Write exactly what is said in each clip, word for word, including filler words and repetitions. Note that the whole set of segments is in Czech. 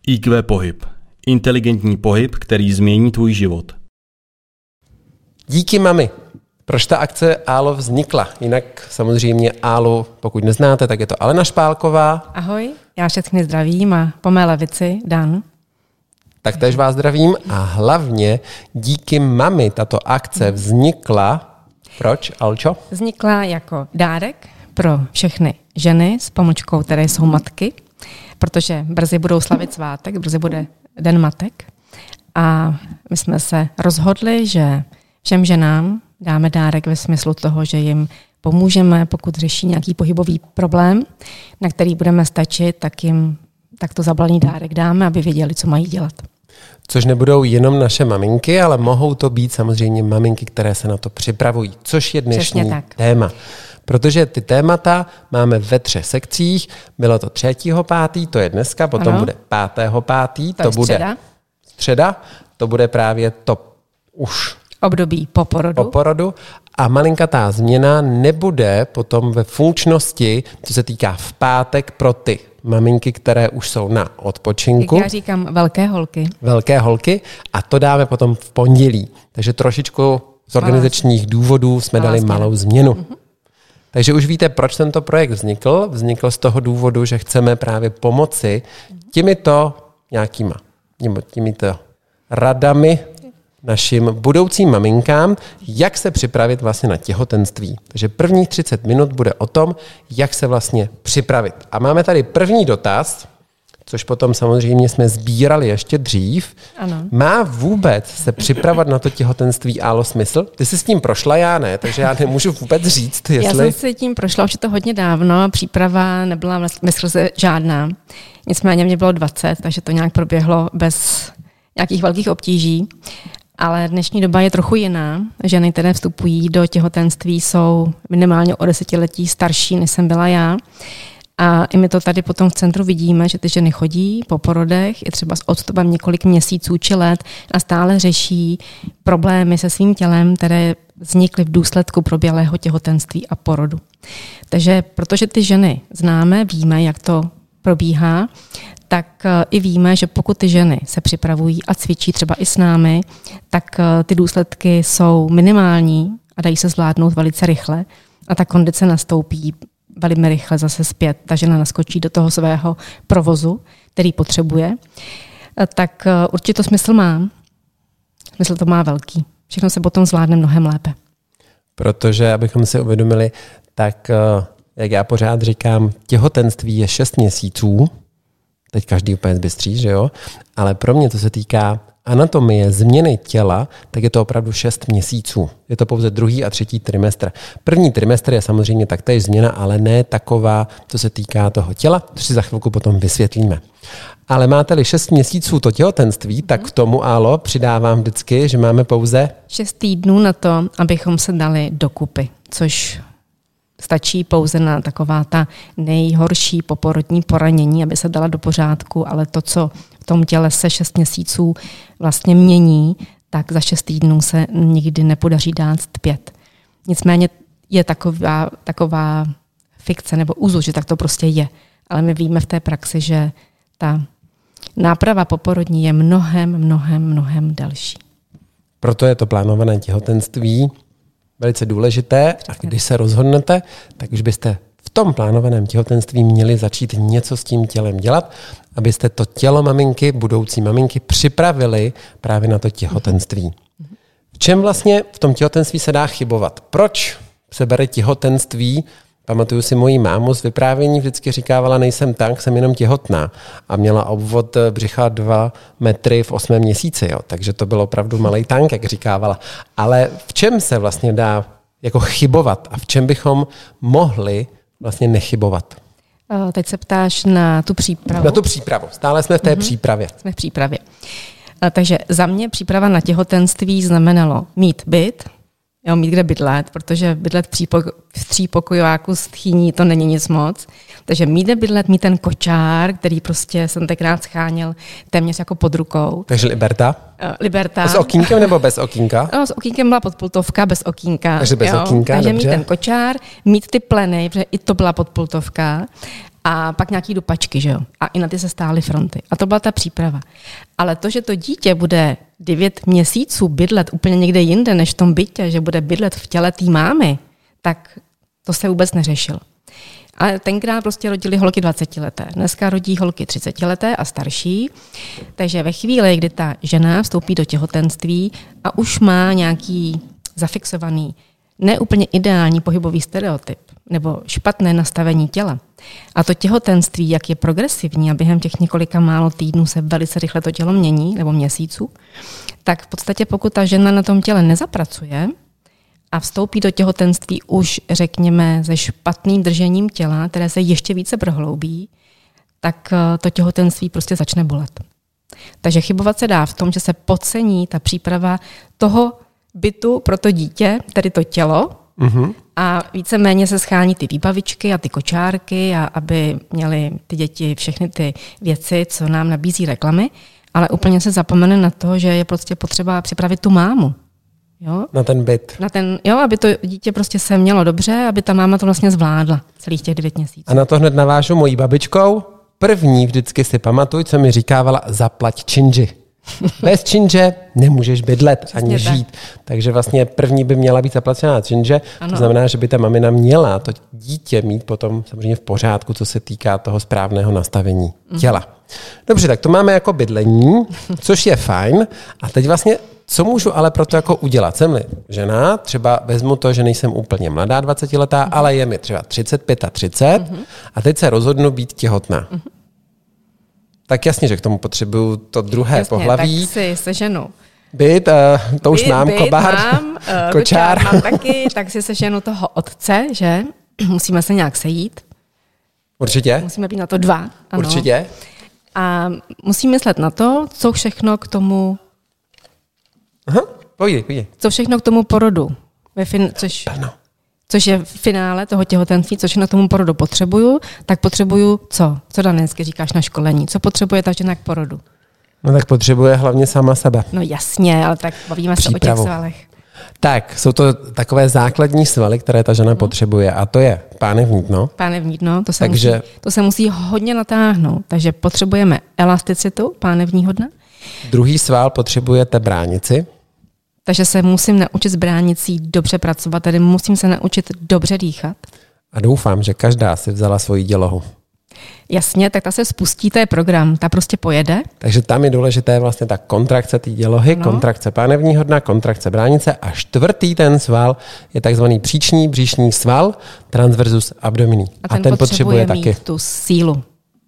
í kvé Pohyb. Inteligentní pohyb, který změní tvůj život. Díky mami. Proč ta akce Álo vznikla? Jinak samozřejmě Álu, pokud neznáte, tak je to Alena Špálková. Ahoj, já všechny zdravím a po mé levici Dan. Tak též vás zdravím a hlavně díky mami tato akce vznikla. Proč, Alčo? Vznikla jako dárek pro všechny ženy s pomočkou, které jsou matky, protože brzy budou slavit svátek, brzy bude Den matek. A my jsme se rozhodli, že všem ženám dáme dárek ve smyslu toho, že jim pomůžeme, pokud řeší nějaký pohybový problém, na který budeme stačit, tak jim takto zabalený dárek dáme, aby věděli, co mají dělat. Což nebudou jenom naše maminky, ale mohou to být samozřejmě maminky, které se na to připravují, což je dnešní téma. Protože ty témata máme ve třech sekcích. Bylo to třetího pátý, to je dneska, potom ano. bude pátého pátý, to, to bude středa. středa, to bude právě to už období po porodu. po porodu. A malinkatá změna nebude potom ve funkčnosti, co se týká v pátek pro ty maminky, které už jsou na odpočinku. Jak já říkám, velké holky. Velké holky a to dáme potom v pondělí. Takže trošičku z organizačních důvodů jsme dali malou změnu. Mm-hmm. Takže už víte, proč tento projekt vznikl. Vznikl z toho důvodu, že chceme právě pomoci těmito nějakýma, těmito radami našim budoucím maminkám, jak se připravit vlastně na těhotenství. Takže prvních třicet minut bude o tom, jak se vlastně připravit. A máme tady první dotaz, což potom samozřejmě jsme sbírali ještě dřív. Ano. Má vůbec se připravovat na to těhotenství Álo smysl? Ty jsi s tím prošla, já ne, takže já nemůžu vůbec říct, jestli... Já jsem si tím prošla už to hodně dávno, příprava nebyla mysl žádná. Nicméně mě bylo dvacet, takže to nějak proběhlo bez nějakých velkých obtíží. Ale dnešní doba je trochu jiná. Ženy, které vstupují do těhotenství, jsou minimálně o desetiletí starší, než jsem byla já. A i my to tady potom v centru vidíme, že ty ženy chodí po porodech, i třeba s odstupem několik měsíců či let a stále řeší problémy se svým tělem, které vznikly v důsledku proběhlého těhotenství a porodu. Takže protože ty ženy známe, víme, jak to probíhá, tak i víme, že pokud ty ženy se připravují a cvičí třeba i s námi, tak ty důsledky jsou minimální a dají se zvládnout velice rychle a ta kondice nastoupí velmi rychle zase zpět. Ta žena naskočí do toho svého provozu, který potřebuje. Tak určitě to smysl má. Smysl to má velký. Všechno se potom zvládne mnohem lépe. Protože, abychom si uvědomili, tak jak já pořád říkám, těhotenství je šest měsíců, teď každý úplně zbystří, že jo? Ale pro mě, co se týká anatomie, změny těla, tak je to opravdu šest měsíců. Je to pouze druhý a třetí trimestr. První trimestr je samozřejmě taktéž změna, ale ne taková, co se týká toho těla, což si za chvilku potom vysvětlíme. Ale máte-li šest měsíců to těhotenství, tak k tomu, Álo, přidávám vždycky, že máme pouze... šest týdnů na to, abychom se dali dokupy, což... Stačí pouze na taková ta nejhorší poporodní poranění, aby se dala do pořádku, ale to, co v tom těle se šest měsíců vlastně mění, tak za šest týdnů se nikdy nepodaří dát zpět. Nicméně je taková, taková fikce nebo úzus, že tak to prostě je. Ale my víme v té praxi, že ta náprava poporodní je mnohem, mnohem, mnohem další. Proto je to plánované těhotenství velice důležité a když se rozhodnete, tak už byste v tom plánovaném těhotenství měli začít něco s tím tělem dělat, abyste to tělo maminky, budoucí maminky připravili právě na to těhotenství. V čem vlastně v tom těhotenství se dá chybovat? Proč se bere těhotenství? Pamatuju si moji mámu z vyprávění, vždycky říkávala, nejsem tank, jsem jenom těhotná. A měla obvod břicha dva metry v osmém měsíci, jo. Takže to byl opravdu malej tank, jak říkávala. Ale v čem se vlastně dá jako chybovat a v čem bychom mohli vlastně nechybovat? Teď se ptáš na tu přípravu. Na tu přípravu. Stále jsme v té mm-hmm. přípravě. Jsme v přípravě. Takže za mě příprava na těhotenství znamenalo mít byt, jo, mít kde bydlet, protože bydlet v, přípok- v třípokojováku s tchýní to není nic moc. Takže mít kde bydlet, mít ten kočár, který prostě jsem tenkrát scháněl téměř jako pod rukou. Takže Liberta? Uh, Liberta. S okýnkem nebo bez okýnka? No, s okýnkem byla podpultovka, bez okýnka. Takže bez jo. okýnka, Takže dobře. mít ten kočár, mít ty pleny, protože i to byla podpultovka. A pak nějaký dupačky, že jo? A i na ty se stály fronty. A to byla ta příprava. Ale to, že to dítě bude devět měsíců bydlet úplně někde jinde, než v tom bytě, že bude bydlet v těle té mámy, tak to se vůbec neřešilo. Ale tenkrát prostě rodili holky dvacetileté. Dneska rodí holky třicetileté a starší. Takže ve chvíli, kdy ta žena vstoupí do těhotenství a už má nějaký zafixovaný, neúplně ideální pohybový stereotyp nebo špatné nastavení těla. A to těhotenství, jak je progresivní a během těch několika málo týdnů se velice rychle to tělo mění, nebo měsíců, tak v podstatě pokud ta žena na tom těle nezapracuje a vstoupí do těhotenství už, řekněme, se špatným držením těla, které se ještě více prohloubí, tak to těhotenství prostě začne bolet. Takže chybovat se dá v tom, že se podcení ta příprava toho bytu pro to dítě, tedy to tělo, mm-hmm. a víceméně se schání ty výbavičky a ty kočárky, a aby měly ty děti všechny ty věci, co nám nabízí reklamy, ale úplně se zapomene na to, že je prostě potřeba připravit tu mámu. Jo? Na ten byt. Na ten, jo, aby to dítě prostě se mělo dobře, aby ta máma to vlastně zvládla celých těch devět měsíců. A na to hned navážu mojí babičkou. První vždycky si pamatuj, co mi říkávala, zaplať činži. Bez činže nemůžeš bydlet přesně ani žít. Tak. Takže vlastně první by měla být zaplacená činže. To znamená, že by ta mamina měla to dítě mít potom samozřejmě v pořádku, co se týká toho správného nastavení těla. Dobře, tak to máme jako bydlení, což je fajn. A teď vlastně, co můžu ale pro to jako udělat? Jsem-li žena, třeba vezmu to, že nejsem úplně mladá dvacetiletá, mm. ale je mi třeba třicet, třicet pět mm. a teď se rozhodnu být těhotná. Mm. Tak jasně, že k tomu potřebuju to druhé jasně, pohlaví. Tak si seženu. Byt, uh, to už byt, mám, byt, kobár, mám, uh, kočár. kočár mám taky, tak si seženu toho otce, že musíme se nějak sejít. Určitě. Musíme být na to dva. Ano. Určitě. A musím myslet na to, co všechno k tomu... Aha, pojď, pojď. Co všechno k tomu porodu. Ve fin, což... Ano. Což je v finále toho těhotenství, což na tomu porodu potřebuju, tak potřebuju co? Co Danielsky říkáš na školení? Co potřebuje ta žena k porodu? No tak potřebuje hlavně sama sebe. No jasně, ale tak bavíme Přípravu. se o těch svalech. Tak, jsou to takové základní svaly, které ta žena hmm. potřebuje, a to je pánevní dno. Pánevní dno, to se, takže... musí, to se musí hodně natáhnout, takže potřebujeme elasticitu pánevního dna. Druhý sval potřebujete bránici. Takže se musím naučit s bránicí dobře pracovat, tedy musím se naučit dobře dýchat. A doufám, že každá si vzala svoji dělohu. Jasně, tak ta se spustí, to je program, ta prostě pojede. Takže tam je důležité vlastně ta kontrakce té dělohy, no. kontrakce pánevního dna, kontrakce bránice a čtvrtý ten sval je takzvaný příční břišní sval transversus abdomini. A ten, a ten potřebuje, potřebuje mít taky tu sílu.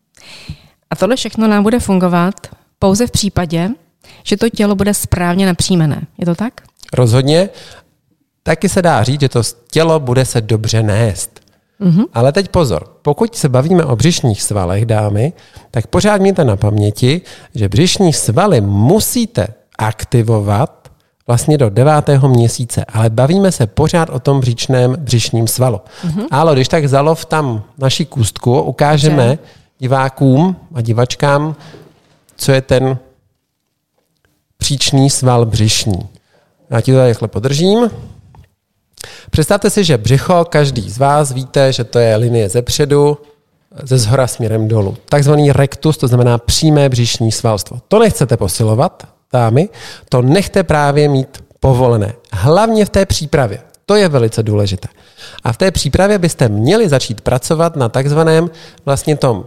A tohle všechno nám bude fungovat pouze v případě, že to tělo bude správně napřímené. Je to tak? Rozhodně. Taky se dá říct, že to tělo bude se dobře nést. Mm-hmm. Ale teď pozor, pokud se bavíme o břišních svalech, dámy, tak pořád mějte na paměti, že břišní svaly musíte aktivovat vlastně do devátého měsíce, ale bavíme se pořád o tom břičném břišním svalu. Mm-hmm. Ale když tak zalov tam naši kůstku, ukážeme Dobře. divákům a divačkám, co je ten příčný sval břišní. Já ti to takhle podržím. Představte si, že břicho, každý z vás víte, že to je linie zepředu, ze zhora směrem dolů. Takzvaný rektus, to znamená přímé břišní svalstvo. To nechcete posilovat, dámy, to nechte právě mít povolené. Hlavně v té přípravě. To je velice důležité. A v té přípravě byste měli začít pracovat na takzvaném vlastně tom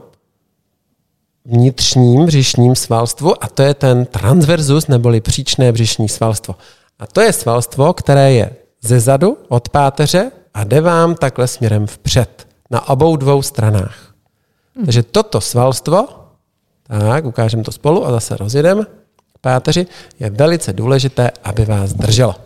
vnitřním břišním svalstvu a to je ten transversus neboli příčné břišní svalstvo. A to je svalstvo, které je ze zadu od páteře a jde vám takhle směrem vpřed na obou dvou stranách. Hmm. Takže toto svalstvo, tak ukážeme to spolu a zase rozjedeme k páteři, je velice důležité, aby vás drželo.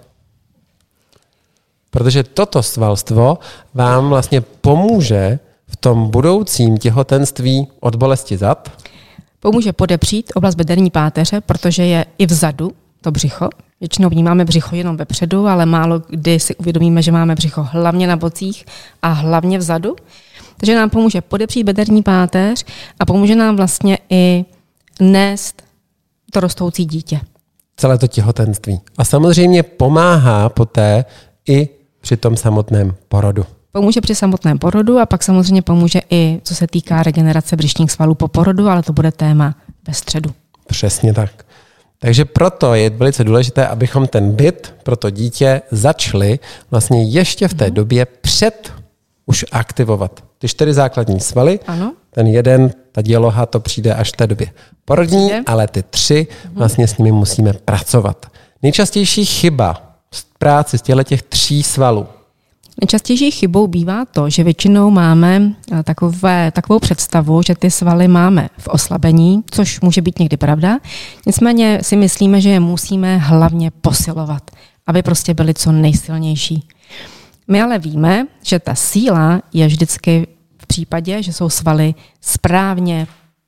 Protože toto svalstvo vám vlastně pomůže v tom budoucím těhotenství od bolesti zad. Pomůže podepřít oblast bederní páteře, protože je i vzadu to břicho. Většinou vnímáme břicho jenom vepředu, ale málo kdy si uvědomíme, že máme břicho hlavně na bocích a hlavně vzadu. Takže nám pomůže podepřít bederní páteř a pomůže nám vlastně i nést to rostoucí dítě. Celé to těhotenství. A samozřejmě pomáhá poté i při tom samotném porodu. Pomůže při samotném porodu a pak samozřejmě pomůže i, co se týká regenerace břišních svalů po porodu, ale to bude téma ve středu. Přesně tak. Takže proto je velice důležité, abychom ten byt pro to dítě začali vlastně ještě v té době před už aktivovat. Ty čtyři základní svaly, ano. ten jeden, ta děloha, to přijde až v té době porodní, přijde. Ale ty tři vlastně s nimi musíme pracovat. Nejčastější chyba v práci z těch tří svalů. Nejčastější chybou bývá to, že většinou máme takové, takovou představu, že ty svaly máme v oslabení, což může být někdy pravda. Nicméně si myslíme, že je musíme hlavně posilovat, aby prostě byly co nejsilnější. My ale víme, že ta síla je vždycky v případě, že jsou svaly správně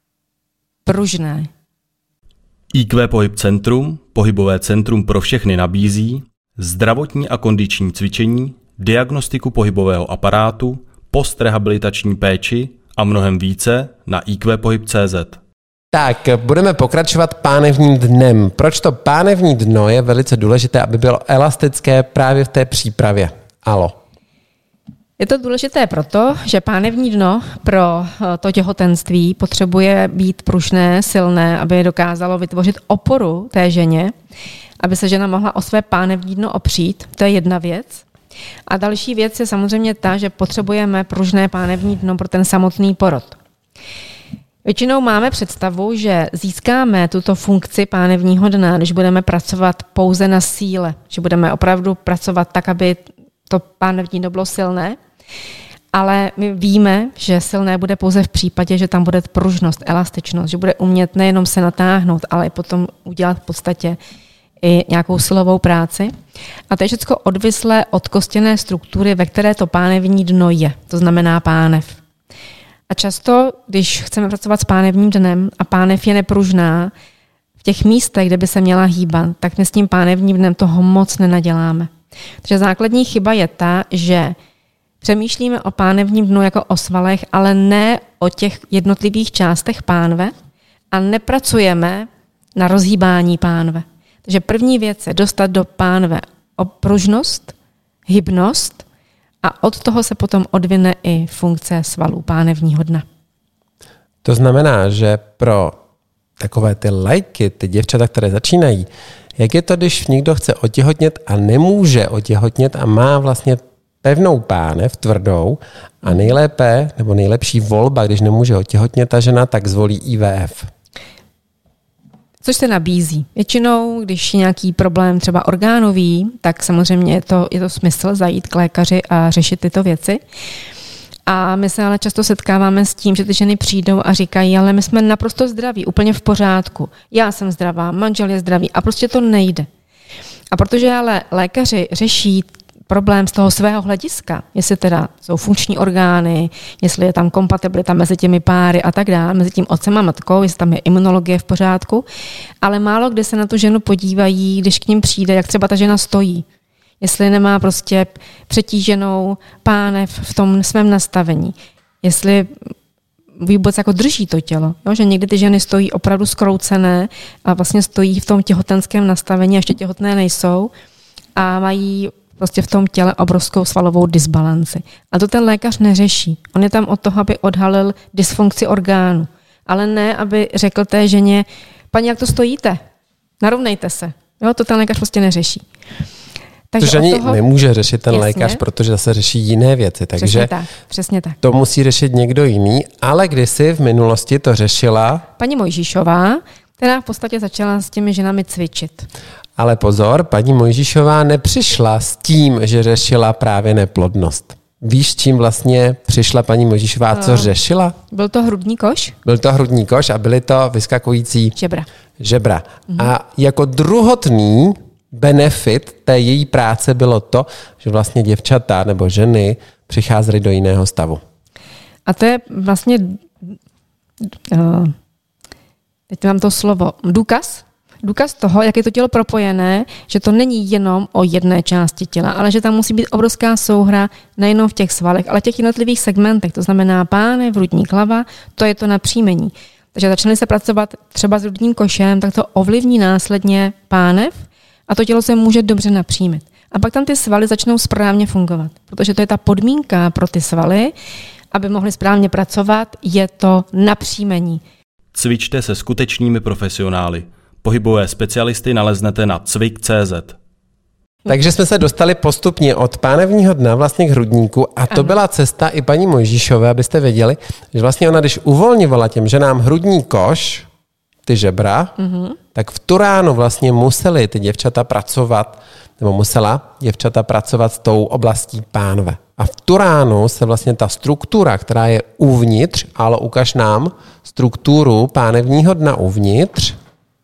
pružné. í kvé Pohyb Centrum, pohybové centrum pro všechny nabízí zdravotní a kondiční cvičení, diagnostiku pohybového aparátu, postrehabilitační péči a mnohem více na í kvé pohyb tečka cé zet. Tak, budeme pokračovat pánevním dnem. Proč to pánevní dno je velice důležité, aby bylo elastické právě v té přípravě? Alo. Je to důležité proto, že pánevní dno pro to těhotenství potřebuje být pružné, silné, aby dokázalo vytvořit oporu té ženě, aby se žena mohla o své pánevní dno opřít. To je jedna věc. A další věc je samozřejmě ta, že potřebujeme pružné pánevní dno pro ten samotný porod. Většinou máme představu, že získáme tuto funkci pánevního dna, když budeme pracovat pouze na síle, že budeme opravdu pracovat tak, aby to pánevní dno bylo silné, ale my víme, že silné bude pouze v případě, že tam bude pružnost, elastičnost, že bude umět nejenom se natáhnout, ale i potom udělat v podstatě i nějakou silovou práci. A to je všechno odvislé od kostěné struktury, ve které to pánevní dno je, to znamená pánev. A často, když chceme pracovat s pánevním dnem a pánev je nepružná, v těch místech, kde by se měla hýbat, tak my s tím pánevním dnem toho moc nenaděláme. Takže základní chyba je ta, že přemýšlíme o pánevním dnu jako o svalech, ale ne o těch jednotlivých částech pánve a nepracujeme na rozhýbání pánve. Takže první věc je dostat do pánve o pružnost, hybnost a od toho se potom odvine i funkce svalů pánevního dna. To znamená, že pro takové ty lajky, ty děvčata, které začínají, jak je to, když někdo chce otěhotnět a nemůže otěhotnět a má vlastně pevnou pánev, tvrdou a nejlépe, nebo nejlepší volba, když nemůže otěhotnět ta žena, tak zvolí í vé ef. Což se nabízí. Většinou, když je nějaký problém třeba orgánový, tak samozřejmě je to, je to smysl zajít k lékaři a řešit tyto věci. A my se ale často setkáváme s tím, že ty ženy přijdou a říkají, ale my jsme naprosto zdraví, úplně v pořádku. Já jsem zdravá, manžel je zdravý a prostě to nejde. A protože ale lékaři řeší problém z toho svého hlediska, jestli teda jsou funkční orgány, jestli je tam kompatibilita mezi těmi páry a tak dále, mezi tím otcem a matkou, jestli tam je imunologie v pořádku, ale málo kdy se na tu ženu podívají, když k ním přijde, jak třeba ta žena stojí. Jestli nemá prostě přetíženou pánev v tom svém nastavení. Jestli vůbec jako drží to tělo. Jo? Že někdy ty ženy stojí opravdu zkroucené a vlastně stojí v tom těhotenském nastavení a ještě těhotné nejsou a mají prostě v tom těle obrovskou svalovou disbalanci. A to ten lékař neřeší. On je tam od toho, aby odhalil dysfunkci orgánu. Ale ne, aby řekl té ženě, paní, jak to stojíte? Narovnejte se. Jo? To ten lékař prostě neřeší. Takže to ani toho nemůže řešit ten jasně, lékař, protože zase řeší jiné věci. Takže přesně tak, přesně tak. To musí řešit někdo jiný, ale kdysi v minulosti to řešila paní Mojžíšová, která v podstatě začala s těmi ženami cvičit. Ale pozor, paní Mojžíšová nepřišla s tím, že řešila právě neplodnost. Víš, čím vlastně přišla paní Mojžíšová, co řešila? Byl to hrudní koš? Byl to hrudní koš a byly to vyskakující žebra. žebra. Mhm. A jako druhotný benefit té její práce bylo to, že vlastně děvčata nebo ženy přicházely do jiného stavu. A to je vlastně, uh, teď mám to slovo, důkaz, důkaz toho, jak je to tělo propojené, že to není jenom o jedné části těla, ale že tam musí být obrovská souhra nejenom v těch svalech, ale v těch jednotlivých segmentech, to znamená pánev, hrudní klava, to je to napříjmení. Takže začali se pracovat třeba s hrudním košem, tak to ovlivní následně pánev, a to tělo se může dobře napřímit. A pak tam ty svaly začnou správně fungovat, protože to je ta podmínka pro ty svaly, aby mohly správně pracovat, je to napřímení. Cvičte se skutečnými profesionály. Pohybové specialisty naleznete na cvik tečka cé zet. Takže jsme se dostali postupně od pánevního dna vlastně k hrudníku a to ano. byla cesta i paní Mojžíšové, abyste věděli, že vlastně ona, když uvolňovala těm ženám hrudní koš, ty žebra, mm-hmm. tak v tu ránu vlastně museli ty děvčata pracovat, nebo musela děvčata pracovat s tou oblastí pánve. A v tu ránu se vlastně ta struktura, která je uvnitř, ale ukaž nám strukturu pánevního dna uvnitř,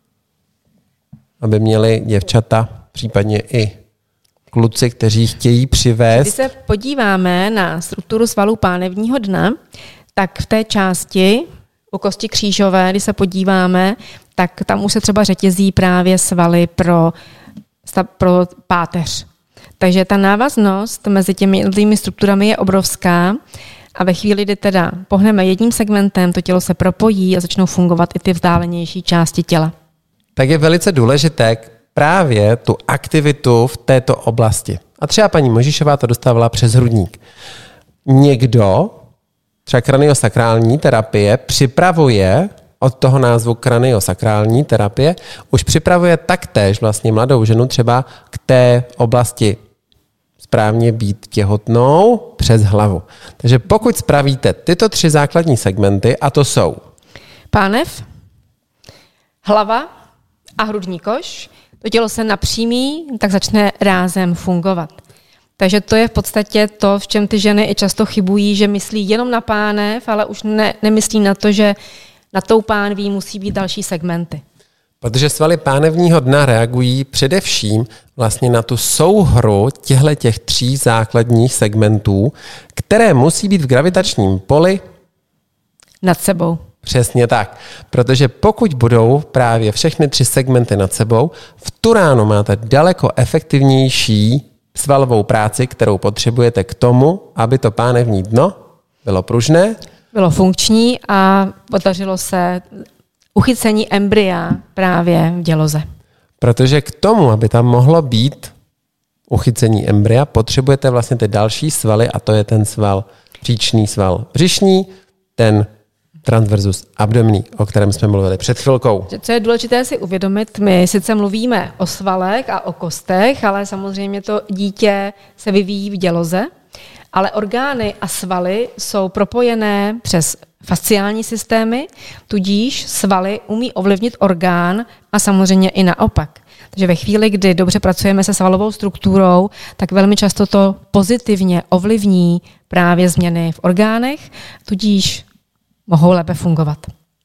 aby měli děvčata, případně i kluci, kteří chtějí přivést. Když se podíváme na strukturu svalů pánevního dna, tak v té části u kosti křížové, když se podíváme, tak tam už se třeba řetězí právě svaly pro, pro páteř. Takže ta návaznost mezi těmi jednotlivými strukturami je obrovská a ve chvíli, kdy teda pohneme jedním segmentem, to tělo se propojí a začnou fungovat i ty vzdálenější části těla. Tak je velice důležité právě tu aktivitu v této oblasti. A třeba paní Mojžíšová to dostávala přes hrudník. Někdo, třeba kraniosakrální terapie, připravuje od toho názvu kraniosakrální terapie, už připravuje taktéž vlastně mladou ženu třeba k té oblasti správně být těhotnou přes hlavu. Takže pokud spravíte tyto tři základní segmenty, a to jsou pánev, hlava a hrudní koš, to tělo se napřímí, tak začne rázem fungovat. Takže to je v podstatě to, v čem ty ženy i často chybují, že myslí jenom na pánev, ale už ne, nemyslí na to, že na tou pánví musí být další segmenty. Protože svaly pánevního dna reagují především vlastně na tu souhru těchto těch tří základních segmentů, které musí být v gravitačním poli nad sebou. Přesně tak, protože pokud budou právě všechny tři segmenty nad sebou, v tu ránu máte daleko efektivnější svalovou práci, kterou potřebujete k tomu, aby to pánevní dno bylo pružné, bylo funkční a podařilo se uchycení embrya právě v děloze. Protože k tomu, aby tam mohlo být uchycení embrya, potřebujete vlastně ty další svaly a to je ten sval příčný sval břišní, ten transversus abdominis, o kterém jsme mluvili před chvilkou. Co je důležité si uvědomit, my sice mluvíme o svalech a o kostech, ale samozřejmě to dítě se vyvíjí v děloze, ale orgány a svaly jsou propojené přes fasciální systémy, tudíž svaly umí ovlivnit orgán a samozřejmě i naopak. Takže ve chvíli, kdy dobře pracujeme se svalovou strukturou, tak velmi často to pozitivně ovlivní právě změny v orgánech, tudíž mohou lépe fungovat.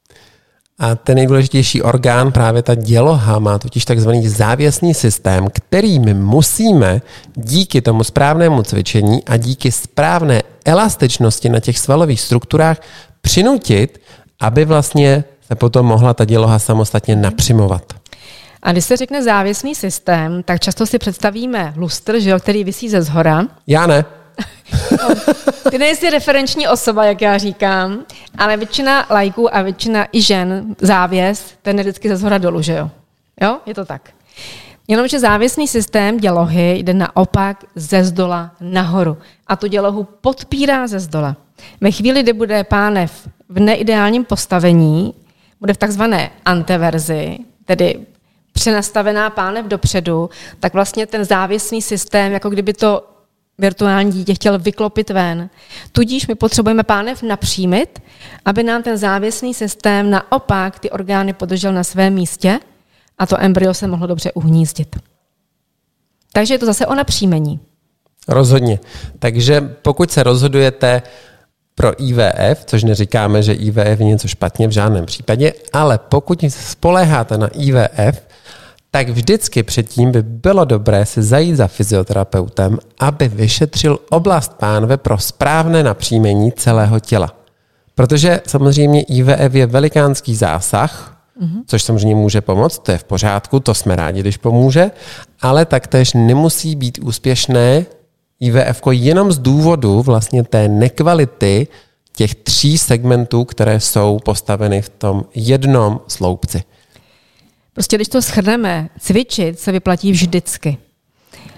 A ten nejdůležitější orgán, právě ta děloha, má totiž takzvaný závěsný systém, který my musíme díky tomu správnému cvičení a díky správné elastičnosti na těch svalových strukturách přinutit, aby vlastně se potom mohla ta děloha samostatně napřimovat. A když se řekne závěsný systém, tak často si představíme lustr, že jo, který visí ze zhora. Já ne. No, ty nejsi referenční osoba, jak já říkám, ale většina lajků a většina i žen závěs, ten je vždycky ze zhora dolů, že jo? Jo, je to tak. Jenomže závěsný systém dělohy jde naopak ze zdola nahoru a tu dělohu podpírá ze zdola. Ve chvíli, kdy bude pánev v neideálním postavení, bude v takzvané anteverzi, tedy přenastavená pánev dopředu, tak vlastně ten závěsný systém, jako kdyby to virtuální dítě chtěl vyklopit ven. Tudíž my potřebujeme pánev napřímit, aby nám ten závěsný systém naopak ty orgány podržel na svém místě a to embryo se mohlo dobře uhnízdit. Takže je to zase o napřímení. Rozhodně. Takže pokud se rozhodujete pro I V F, což neříkáme, že I V F je něco špatně v žádném případě, ale pokud spoléháte na I V F, tak vždycky předtím by bylo dobré si zajít za fyzioterapeutem, aby vyšetřil oblast pánve pro správné napřímení celého těla. Protože samozřejmě I V F je velikánský zásah, mm-hmm. což samozřejmě může pomoct, to je v pořádku, to jsme rádi, když pomůže, ale taktéž nemusí být úspěšné I V F jenom z důvodu vlastně té nekvality těch tří segmentů, které jsou postaveny v tom jednom sloupci. Prostě když to shrneme, cvičit se vyplatí vždycky.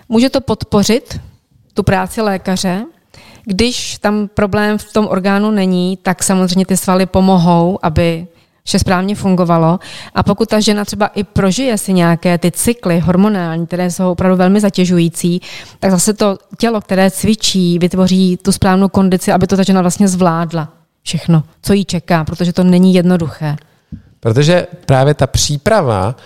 Může to podpořit tu práci lékaře. Když tam problém v tom orgánu není, tak samozřejmě ty svaly pomohou, aby vše správně fungovalo. A pokud ta žena třeba i prožije si nějaké ty cykly hormonální, které jsou opravdu velmi zatěžující, tak zase to tělo, které cvičí, vytvoří tu správnou kondici, aby to ta žena vlastně zvládla všechno, co jí čeká, protože to není jednoduché. Protože právě ta příprava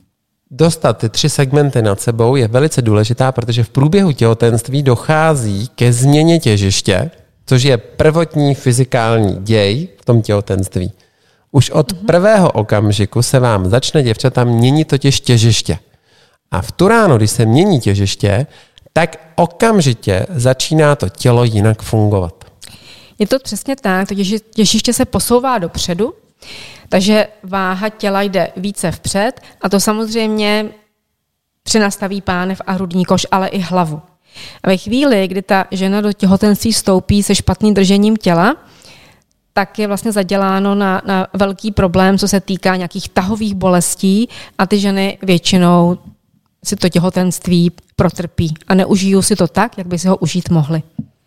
dostat ty tři segmenty nad sebou je velice důležitá, protože v průběhu těhotenství dochází ke změně těžiště, což je prvotní fyzikální děj v tom těhotenství. Už od mm-hmm. prvého okamžiku se vám začne děvčata měnit totiž těžiště. A v tu ránu, když se mění těžiště, tak okamžitě začíná to tělo jinak fungovat. Je to přesně tak, to těžiště se posouvá dopředu, takže váha těla jde více vpřed a to samozřejmě přenastaví pánev a hrudní koš, ale i hlavu. A ve chvíli, kdy ta žena do těhotenství vstoupí se špatným držením těla, tak je vlastně zaděláno na, na velký problém, co se týká nějakých tahových bolestí a ty ženy většinou si to těhotenství protrpí a neužijou si to tak, jak by si ho užít mohli.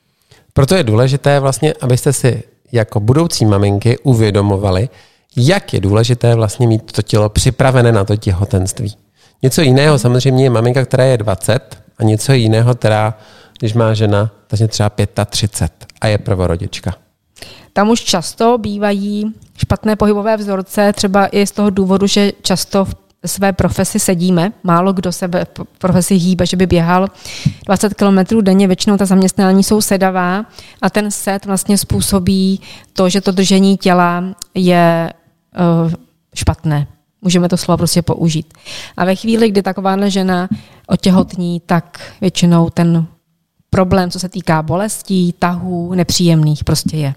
Proto je důležité vlastně, abyste si jako budoucí maminky uvědomovali, jak je důležité vlastně mít to tělo připravené na to těhotenství. Něco jiného samozřejmě je maminka, která je dvacet a něco jiného, která, když má žena, takže třeba třicet pět a je prvorodička. Tam už často bývají špatné pohybové vzorce, třeba i z toho důvodu, že často v své profesi sedíme. Málo kdo se v profesi hýbe, že by běhal dvacet kilometrů denně, většinou ta zaměstnání jsou sedavá a ten sed vlastně způsobí to, že to držení těla je uh, špatné. Můžeme to slovo prostě použít. A ve chvíli, kdy takováhle žena otěhotní, tak většinou ten problém, co se týká bolestí, tahů, nepříjemných, prostě je.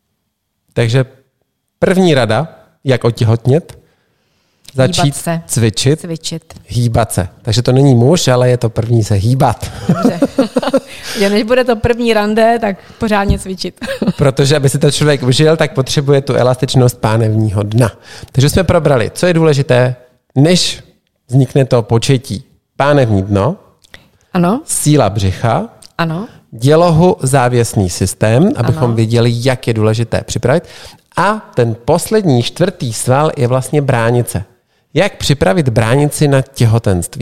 Takže první rada, jak otěhotnět, začít se. cvičit, cvičit, hýbat se. Takže to není muž, ale je to první se hýbat. Dobře. Než bude to první rande, tak pořádně cvičit. Protože aby si to člověk užil, tak potřebuje tu elastičnost pánevního dna. Takže jsme probrali, co je důležité, než vznikne to početí. Pánevní dno, ano. síla břicha, ano. dělohu závěsný systém, abychom ano. viděli, jak je důležité připravit. A ten poslední, čtvrtý sval je vlastně bránice. Jak připravit bránici na těhotenství?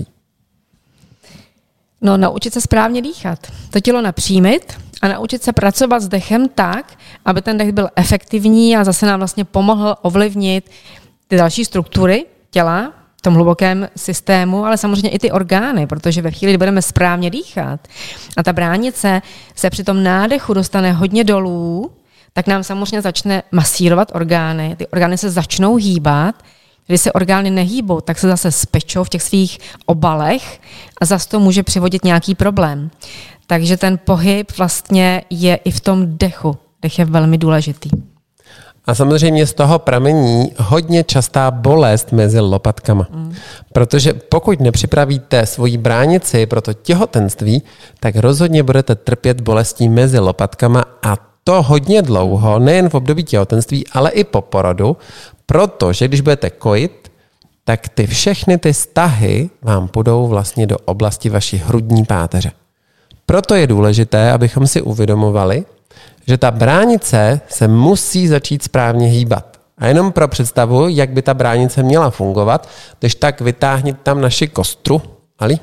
No, naučit se správně dýchat. To tělo napřímit a naučit se pracovat s dechem tak, aby ten dech byl efektivní a zase nám vlastně pomohl ovlivnit ty další struktury těla v tom hlubokém systému, ale samozřejmě i ty orgány, protože ve chvíli, kdy budeme správně dýchat a ta bránice se při tom nádechu dostane hodně dolů, tak nám samozřejmě začne masírovat orgány. Ty orgány se začnou hýbat. Když se orgány nehýbou, tak se zase spečou v těch svých obalech a zase to může přivodit nějaký problém. Takže ten pohyb vlastně je i v tom dechu. Dech je velmi důležitý. A samozřejmě z toho pramení hodně častá bolest mezi lopatkama. Mm. Protože pokud nepřipravíte svoji bránici pro to těhotenství, tak rozhodně budete trpět bolestí mezi lopatkama a to hodně dlouho, nejen v období těhotenství, ale i po porodu, protože když budete kojit, tak ty všechny ty stahy vám půjdou vlastně do oblasti vaší hrudní páteře. Proto je důležité, abychom si uvědomovali, že ta bránice se musí začít správně hýbat. A jenom pro představu, jak by ta bránice měla fungovat, když tak vytáhnit tam naši kostru. Ali?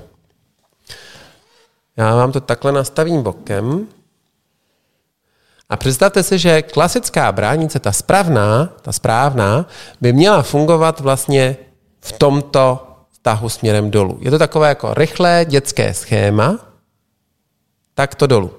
Já vám to takhle nastavím bokem. A představte si, že klasická bránice, ta správná, ta správná, by měla fungovat vlastně v tomto tahu směrem dolů. Je to takové jako rychlé dětské schéma, tak to dolů.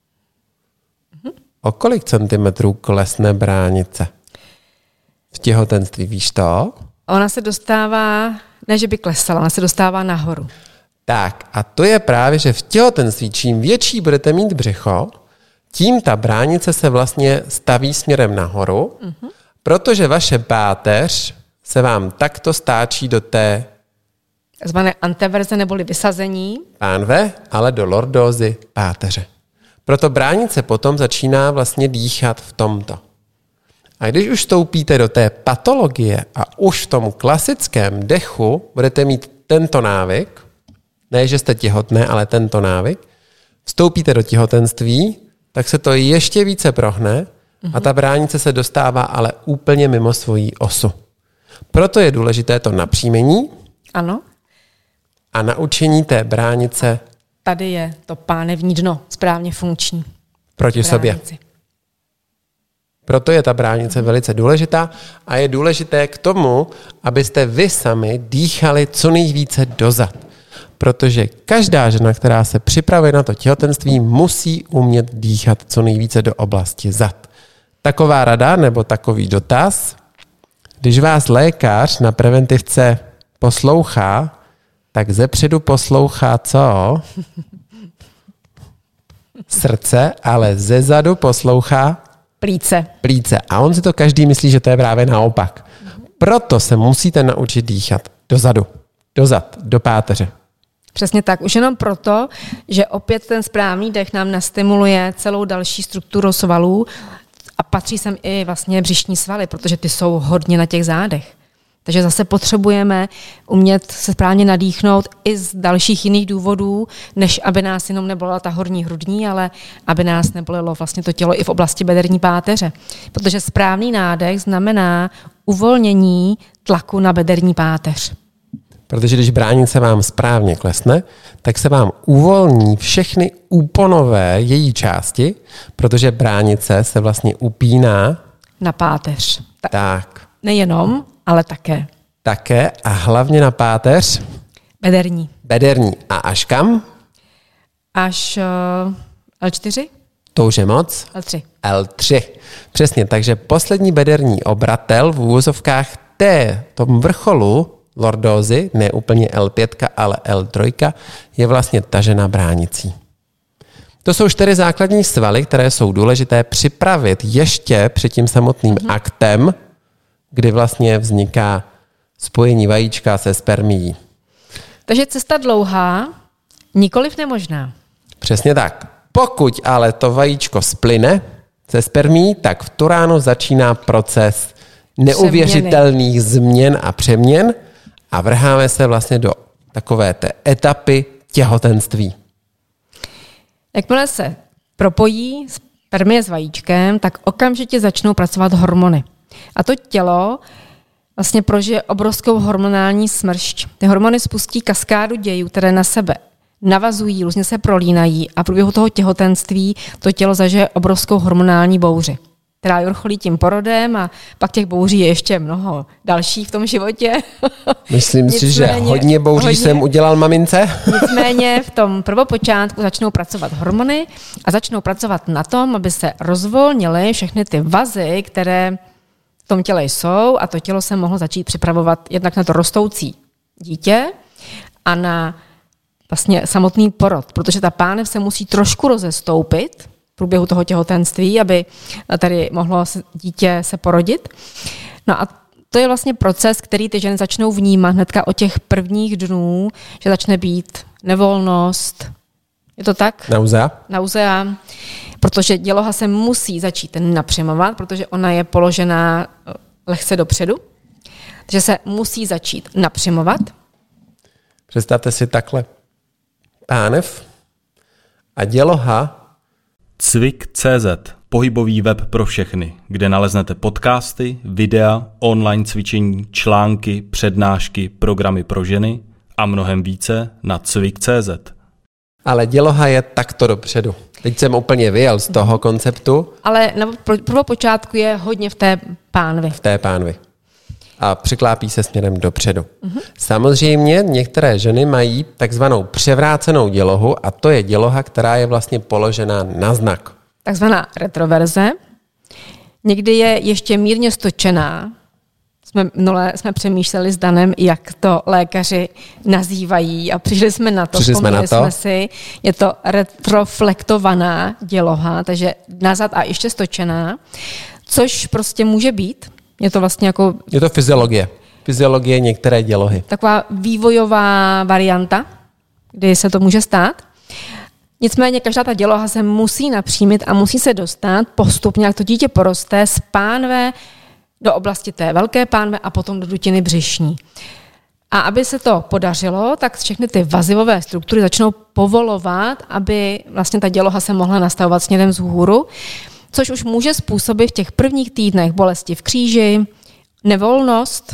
O kolik centimetrů klesne bránice v těhotenství, víš to? Ona se dostává, ne že by klesala, ona se dostává nahoru. Tak a to je právě, že v těhotenství, čím větší budete mít břicho, tím ta bránice se vlastně staví směrem nahoru, mm-hmm. protože vaše páteř se vám takto stáčí do té takzvané anteverze neboli vysazení. Pánve, ale do lordózy páteře. Proto bránice potom začíná vlastně dýchat v tomto. A když už vstoupíte do té patologie a už v tom klasickém dechu budete mít tento návyk, ne, že jste těhotné, ale tento návyk, vstoupíte do těhotenství, tak se to ještě více prohne a ta bránice se dostává ale úplně mimo svoji osu. Proto je důležité to napřímení Ano. a naučení té bránice Tady je to pánevní dno, správně funkční. proti sobě. Bránici. Proto je ta bránice velice důležitá a je důležité k tomu, abyste vy sami dýchali co nejvíce dozad. Protože každá žena, která se připravuje na to těhotenství, musí umět dýchat co nejvíce do oblasti zad. Taková rada nebo takový dotaz, když vás lékař na preventivce poslouchá, tak zepředu poslouchá co? Srdce, ale zezadu poslouchá Plíce. plíce. A on si to každý myslí, že to je právě naopak. Proto se musíte naučit dýchat dozadu, dozad, do páteře. Přesně tak. Už jenom proto, že opět ten správný dech nám nastimuluje celou další strukturu svalů a patří sem i vlastně břišní svaly, protože ty jsou hodně na těch zádech. Takže zase potřebujeme umět se správně nadýchnout i z dalších jiných důvodů, než aby nás jenom nebolela ta horní hrudní, ale aby nás nebolelo vlastně to tělo i v oblasti bederní páteře. Protože správný nádech znamená uvolnění tlaku na bederní páteř. Protože když bránice vám správně klesne, tak se vám uvolní všechny úponové její části, protože bránice se vlastně upíná. Na páteř. Ta- Tak. Nejenom, ale také. Také a hlavně na páteř Bederní. bederní. A až kam? Až uh, el čtyři? To už je moc. el tři. el tři. Přesně, takže poslední bederní obratel v úvozovkách té, tom vrcholu lordózy, ne úplně el pět, ale el tři, je vlastně tažena bránicí. To jsou čtyři základní svaly, které jsou důležité připravit ještě před tím samotným mm-hmm. aktem, kdy vlastně vzniká spojení vajíčka se spermií. Takže cesta dlouhá, nikoliv nemožná. Přesně tak. Pokud ale to vajíčko splyne se spermií, tak v tu ráno začíná proces neuvěřitelných změn a přeměn a vrháme se vlastně do takové té etapy těhotenství. Jakmile se propojí spermie s vajíčkem, tak okamžitě začnou pracovat hormony. A to tělo vlastně prožije obrovskou hormonální smršť. Ty hormony spustí kaskádu dějů, které na sebe navazují, různě se prolínají a v průběhu toho těhotenství to tělo zažije obrovskou hormonální bouři, která vrcholí tím porodem a pak těch bouří je ještě mnoho dalších v tom životě. Myslím si, že hodně bouří hodně, jsem udělal mamince. Nicméně v tom prvopočátku začnou pracovat hormony a začnou pracovat na tom, aby se rozvolnily všechny ty vazy, které v tom těle jsou a to tělo se mohlo začít připravovat jednak na to rostoucí dítě a na vlastně samotný porod, protože ta pánev se musí trošku rozestoupit v průběhu toho těhotenství, aby tady mohlo dítě se porodit. No a to je vlastně proces, který ty ženy začnou vnímat hnedka od těch prvních dnů, že začne být nevolnost. Je to tak? Nauzea. Nauzea, protože děloha se musí začít napřimovat, protože ona je položená lehce dopředu. Takže se musí začít napřimovat. Představte si takhle. Pánev a děloha. Cvik tečka cé zet, pohybový web pro všechny, kde naleznete podcasty, videa, online cvičení, články, přednášky, programy pro ženy a mnohem více na cvik tečka cé zet. Ale děloha je takto dopředu. Teď jsem úplně vyjel z toho konceptu. Ale na prvopočátku je hodně v té pánvi. V té pánvi. A přiklápí se směrem dopředu. Mm-hmm. Samozřejmě některé ženy mají takzvanou převrácenou dělohu a to je děloha, která je vlastně položená na znak. Takzvaná retroverze. Někdy je ještě mírně stočená. Jsme, minule jsme přemýšleli s Danem, jak to lékaři nazývají a přišli jsme na to, přišli jsme na to. Jsme si, je to retroflektovaná děloha, takže nazad a ještě stočená, což prostě může být. Je to vlastně jako... Je to fyziologie. Fyziologie některé dělohy. Taková vývojová varianta, kdy se to může stát. Nicméně každá ta děloha se musí napřímit a musí se dostat postupně, jak to dítě poroste, z pánve do oblasti té velké pánve a potom do dutiny břišní. A aby se to podařilo, tak všechny ty vazivové struktury začnou povolovat, aby vlastně ta děloha se mohla nastavovat směrem vzhůru, což už může způsobit v těch prvních týdnech bolesti v kříži, nevolnost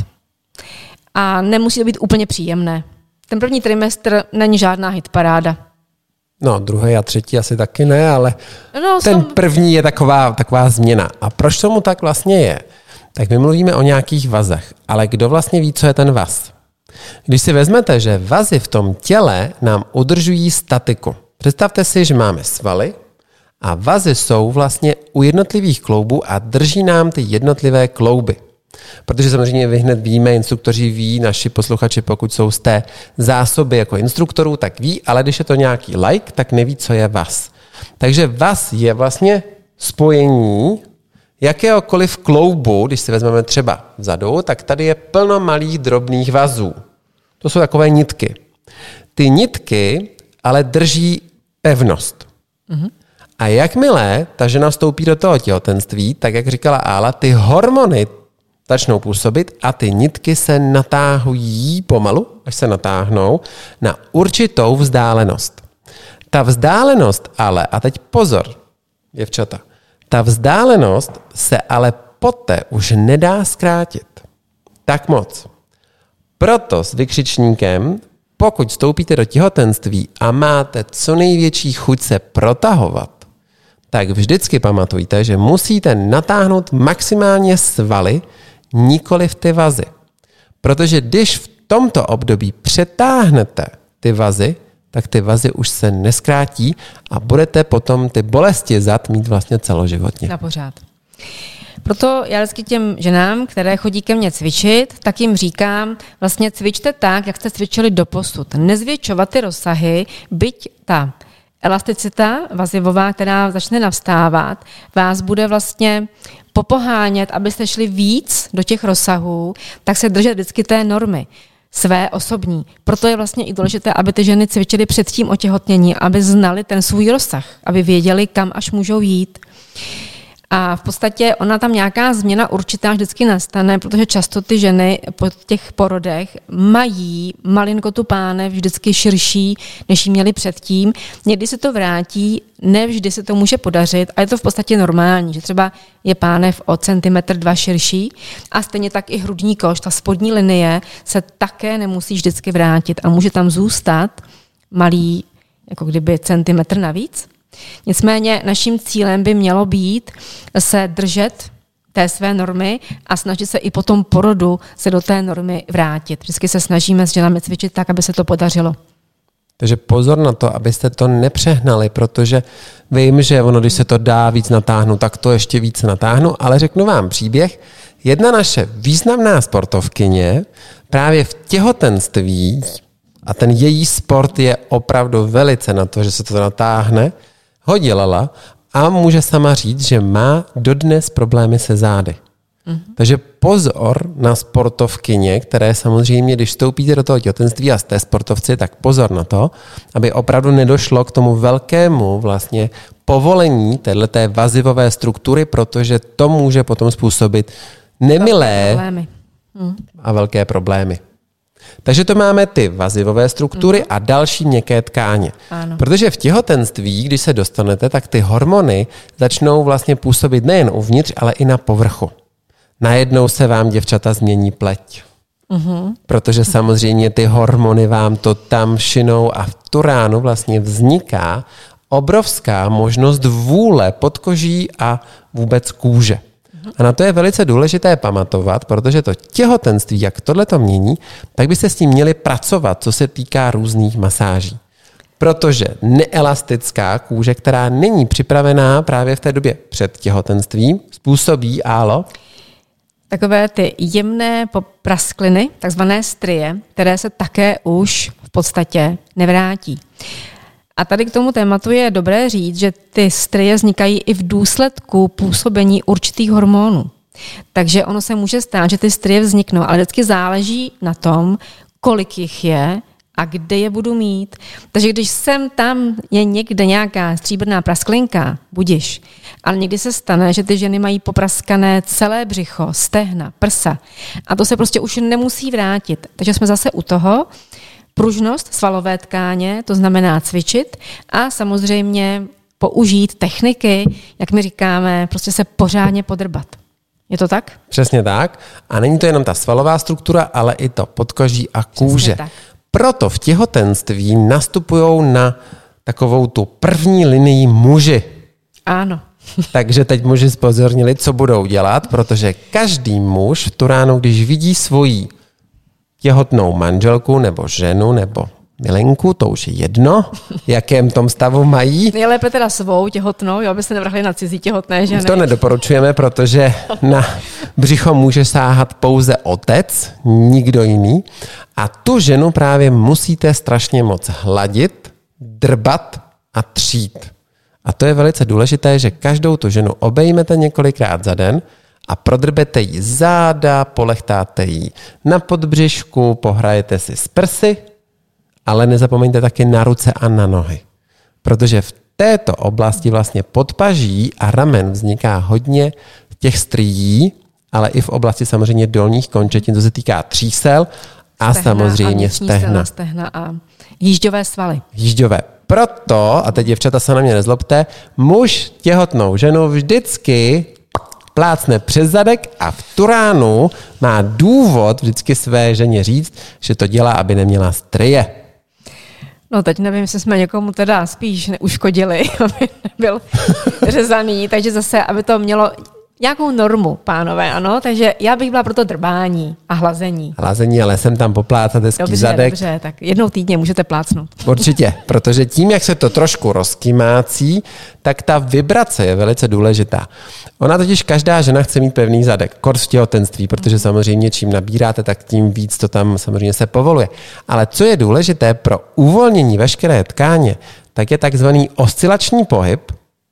a nemusí to být úplně příjemné. Ten první trimestr není žádná hitparáda. No, druhý a třetí asi taky ne, ale no, ten tom... první je taková, taková změna. A proč tomu tak vlastně je? Tak my mluvíme o nějakých vazech, ale kdo vlastně ví, co je ten vaz? Když si vezmete, že vazy v tom těle nám udržují statiku. Představte si, že máme svaly a vazy jsou vlastně u jednotlivých kloubů a drží nám ty jednotlivé klouby. Protože samozřejmě vy hned víme, instruktoři ví, naši posluchači, pokud jsou z té zásoby jako instruktorů, tak ví, ale když je to nějaký like, tak neví, co je vaz. Takže vaz je vlastně spojení jakéhokoliv kloubu, když si vezmeme třeba vzadu, tak tady je plno malých drobných vazů. To jsou takové nitky. Ty nitky ale drží pevnost. Mm-hmm. A jakmile ta žena vstoupí do toho těhotenství, tak jak říkala Ála, ty hormony začnou působit a ty nitky se natáhují pomalu, až se natáhnou, na určitou vzdálenost. Ta vzdálenost ale, a teď pozor, děvčata, ta vzdálenost se ale poté už nedá zkrátit. Tak moc. Proto s vykřičníkem, pokud vstoupíte do těhotenství a máte co největší chuť se protahovat, tak vždycky pamatujte, že musíte natáhnout maximálně svaly, nikoli v ty vazy. Protože když v tomto období přetáhnete ty vazy, tak ty vazy už se neskrátí a budete potom ty bolesti zad mít vlastně celoživotně. Na pořád. Proto já vždycky těm ženám, které chodí ke mně cvičit, tak jim říkám, vlastně cvičte tak, jak jste cvičili doposud. Nezvětšovat ty rozsahy, byť ta elasticita vazivová, která začne navstávat, vás bude vlastně popohánět, abyste šli víc do těch rozsahů, tak se držet vždycky té normy své osobní. Proto je vlastně i důležité, aby ty ženy cvičily před tím otěhotnění, aby znali ten svůj rozsah, aby věděli, kam až můžou jít. A v podstatě ona tam nějaká změna určitá vždycky nastane, protože často ty ženy po těch porodech mají malinko tu pánev vždycky širší, než ji měly předtím. Někdy se to vrátí, ne vždy se to může podařit a je to v podstatě normální, že třeba je pánev o centimetr dva širší a stejně tak i hrudní koš, ta spodní linie se také nemusí vždycky vrátit a může tam zůstat malý, jako kdyby centimetr navíc. Nicméně naším cílem by mělo být se držet té své normy a snažit se i po tom porodu se do té normy vrátit. Vždycky se snažíme s ženami cvičit tak, aby se to podařilo. Takže pozor na to, abyste to nepřehnali, protože vím, že ono, když se to dá víc natáhnout, tak to ještě víc natáhnu, ale řeknu vám příběh. Jedna naše významná sportovkyně právě v těhotenství, a ten její sport je opravdu velice na to, že se to natáhne, ho dělala a může sama říct, že má dodnes problémy se zády. Mm-hmm. Takže pozor na sportovkyně, které samozřejmě, když vstoupíte do toho těhotenství a jste sportovci, tak pozor na to, aby opravdu nedošlo k tomu velkému vlastně povolení téhleté vazivové struktury, protože to může potom způsobit nemilé velké mm. a velké problémy. Takže to máme ty vazivové struktury a další měkké tkáně. Ano. Protože v těhotenství, když se dostanete, tak ty hormony začnou vlastně působit nejen uvnitř, ale i na povrchu. Najednou se vám, děvčata, změní pleť. Uh-huh. Protože samozřejmě ty hormony vám to tam šinou a v tu ránu vlastně vzniká obrovská možnost vůle podkoží a vůbec kůže. A na to je velice důležité pamatovat, protože to těhotenství, jak tohle to mění, tak byste s tím měli pracovat, co se týká různých masáží. Protože neelastická kůže, která není připravená právě v té době před těhotenstvím, způsobí, Álo? Takové ty jemné praskliny, takzvané strie, které se také už v podstatě nevrátí. A tady k tomu tématu je dobré říct, že ty strie vznikají i v důsledku působení určitých hormonů. Takže ono se může stát, že ty strie vzniknou, ale vždycky záleží na tom, kolik jich je a kde je budu mít. Takže když sem tam je někde nějaká stříbrná prasklinka, budiš. Ale někdy se stane, že ty ženy mají popraskané celé břicho, stehna, prsa. A to se prostě už nemusí vrátit. Takže jsme zase u toho. Pružnost svalové tkáně, to znamená cvičit a samozřejmě použít techniky, jak my říkáme, prostě se pořádně podrbat. Je to tak? Přesně tak. A není to jenom ta svalová struktura, ale i to podkoží a kůže. Proto v těhotenství nastupují na takovou tu první linii muži. Ano. Takže teď muži zpozornili, co budou dělat, protože každý muž v tu ránu, když vidí svoji těhotnou manželku nebo ženu nebo milenku, to už je jedno, jakém tom stavu mají. Nejlépe teda svou těhotnou, jo, aby se nevrhli na cizí těhotné ženy. To nedoporučujeme, protože na břicho může sáhat pouze otec, nikdo jiný. A tu ženu právě musíte strašně moc hladit, drbat a třít. A to je velice důležité, že každou tu ženu obejmete několikrát za den a prodrbete jí záda, polechtáte jí na podbřišku, pohrajete si s prsy, ale nezapomeňte taky na ruce a na nohy. Protože v této oblasti vlastně podpaží a ramen vzniká hodně těch strií, ale i v oblasti samozřejmě dolních končetin, to se týká třísel a stehna samozřejmě a stehna. stehna a jížďové svaly. Jížďové. Proto, a teď děvčata se na mě nezlobte, muž těhotnou ženu vždycky plácne přes zadek a v tu ránu má důvod vždycky své ženě říct, že to dělá, aby neměla stryje. No teď nevím, jestli jsme někomu teda spíš neuškodili, aby nebyl řezaný, takže zase, aby to mělo nějakou normu, pánové, ano, takže já bych byla pro to drbání a hlazení. Hlazení, ale jsem tam poplácat hezký dobře, zadek. Dobře, tak jednou týdně můžete plácnout. Určitě, protože tím, jak se to trošku rozkymácí, tak ta vibrace je velice důležitá. Ona totiž každá žena chce mít pevný zadek, kor v těhotenství, protože samozřejmě čím nabíráte, tak tím víc to tam samozřejmě se povoluje. Ale co je důležité pro uvolnění veškeré tkáně, tak je takzvaný oscilační pohyb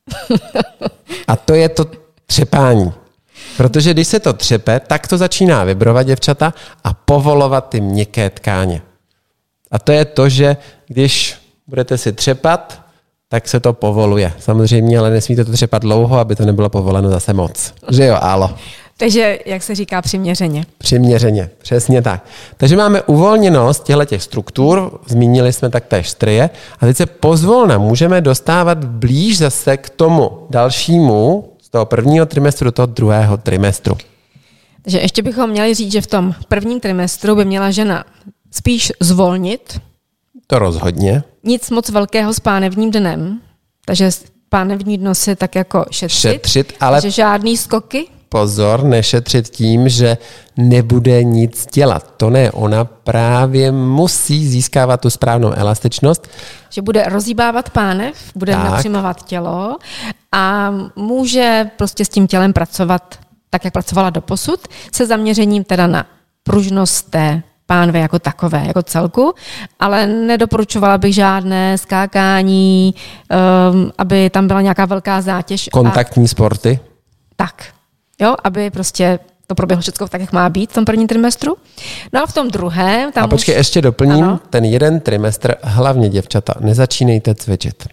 a to je to třepání. Protože když se to třepe, tak to začíná vibrovat, děvčata, a povolovat ty měkké tkáně. A to je to, že když budete si třepat, tak se to povoluje. Samozřejmě, ale nesmíte to třepat dlouho, aby to nebylo povoleno zase moc. Že jo, álo. Takže, jak se říká, přiměřeně. Přiměřeně, přesně tak. Takže máme uvolněnost těchto struktur, zmínili jsme taktéž stryje, a teď se pozvolna můžeme dostávat blíž zase k tomu dalšímu, z toho prvního trimestru do toho druhého trimestru. Takže ještě bychom měli říct, že v tom prvním trimestru by měla žena spíš zvolnit. To rozhodně. Nic moc velkého s pánevním dnem, takže pánevní dno si tak jako šetřit. Šetřit, ale takže žádný skoky. Pozor, nešetřit tím, že nebude nic dělat. To ne, ona právě musí získávat tu správnou elastičnost. Že bude rozhýbávat pánev, bude tak napřimovat tělo a může prostě s tím tělem pracovat tak, jak pracovala doposud, se zaměřením teda na pružnost té pánve jako takové, jako celku, ale nedoporučovala bych žádné skákání, um, aby tam byla nějaká velká zátěž. Kontaktní a sporty. Tak, jo, aby prostě to proběhlo všechno tak, jak má být v tom prvním trimestru. No a v tom druhém... Tam a počkej, už ještě doplním, ano. Ten jeden trimestr, hlavně děvčata, nezačínejte cvičit.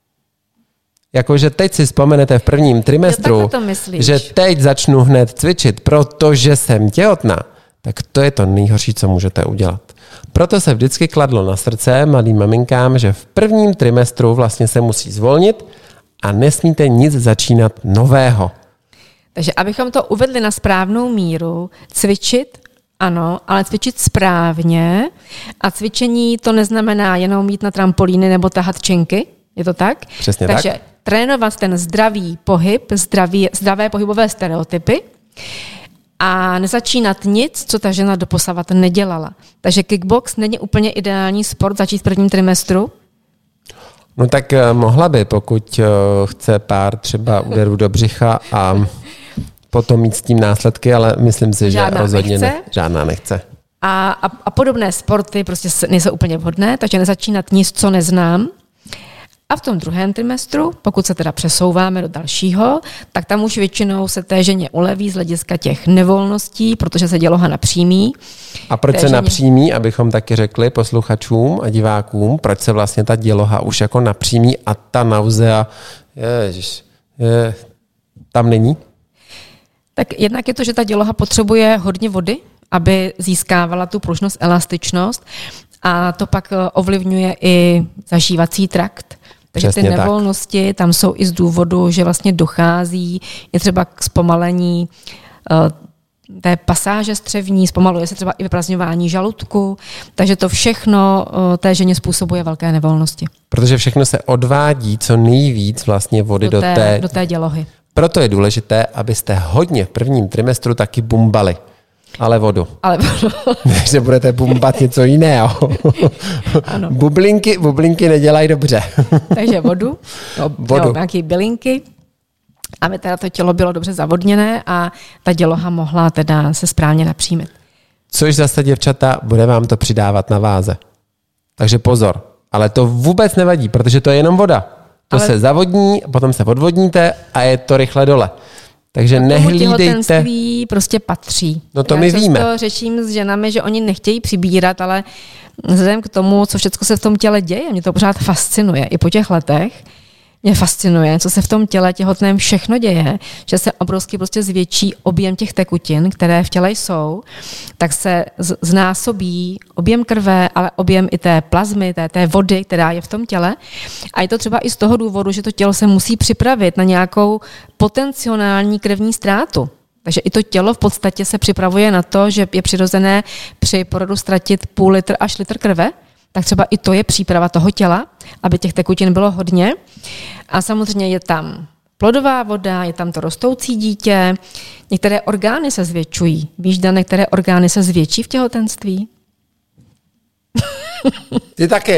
Jakože teď si vzpomenete v prvním trimestru, že teď začnu hned cvičit, protože jsem těhotná, tak to je to nejhorší, co můžete udělat. Proto se vždycky kladlo na srdce mladým maminkám, že v prvním trimestru vlastně se musí zvolnit a nesmíte nic začínat nového. Takže abychom to uvedli na správnou míru, cvičit, ano, ale cvičit správně. A cvičení to neznamená jenom jít na trampolíny nebo tahat činky, je to tak? Přesně Takže tak. trénovat ten zdravý pohyb, zdravý, zdravé pohybové stereotypy a nezačínat nic, co ta žena doposavat nedělala. Takže kickbox není úplně ideální sport začít v prvním trimestru? No tak mohla by, pokud chce pár třeba úderů do břicha a potom mít s tím následky, ale myslím si, že žádná rozhodně nechce. Ne, žádná nechce. A, a, a podobné sporty prostě nejsou úplně vhodné, takže nezačínat nic, co neznám. A v tom druhém trimestru, pokud se teda přesouváme do dalšího, tak tam už většinou se té ženě uleví z hlediska těch nevolností, protože se děloha napřímí. A proč se ženě... napřímí, abychom taky řekli posluchačům a divákům, proč se vlastně ta děloha už jako napřímí a ta nauzea, ježiš, je, tam není? Tak jednak je to, že ta děloha potřebuje hodně vody, aby získávala tu pružnost, elastičnost, a to pak ovlivňuje i zažívací trakt. Takže Přesně ty nevolnosti tak. Tam jsou i z důvodu, že vlastně dochází je třeba k zpomalení uh, té pasáže střevní, zpomaluje se třeba i vyprazňování žaludku, takže to všechno uh, té ženě způsobuje velké nevolnosti. Protože všechno se odvádí co nejvíc vlastně vody do, do, té, do té... do té dělohy. Proto je důležité, abyste hodně v prvním trimestru taky bumbali. Ale vodu. Ale vodu. Takže budete bumbat něco jiného. Ano. Bublinky, bublinky nedělají dobře. Takže vodu, no, vodu. Jo, nějaké bylinky, aby teda to tělo bylo dobře zavodněné a ta děloha mohla teda se správně napřímit. Což zase, děvčata, bude vám to přidávat na váze. Takže pozor. Ale to vůbec nevadí, protože to je jenom voda. To Ale... se zavodní, potom se odvodníte a je to rychle dole. Takže nehlídejte. Těhotenství prostě patří. No to Já my víme. Já řeším s ženami, že oni nechtějí přibírat, ale vzhledem k tomu, co všechno se v tom těle děje, mě to pořád fascinuje. I po těch letech mě fascinuje, co se v tom těle těhotném všechno děje, že se obrovsky prostě zvětší objem těch tekutin, které v těle jsou, tak se znásobí objem krve, ale objem i té plazmy, té, té vody, která je v tom těle. A je to třeba i z toho důvodu, že to tělo se musí připravit na nějakou potenciální krevní ztrátu. Takže i to tělo v podstatě se připravuje na to, že je přirozené při porodu ztratit půl litr až litr krve, tak třeba i to je příprava toho těla, aby těch tekutin bylo hodně. A samozřejmě je tam plodová voda, je tam to rostoucí dítě, některé orgány se zvětšují. Víš, Dane, které orgány se zvětší v těhotenství? Ty taky.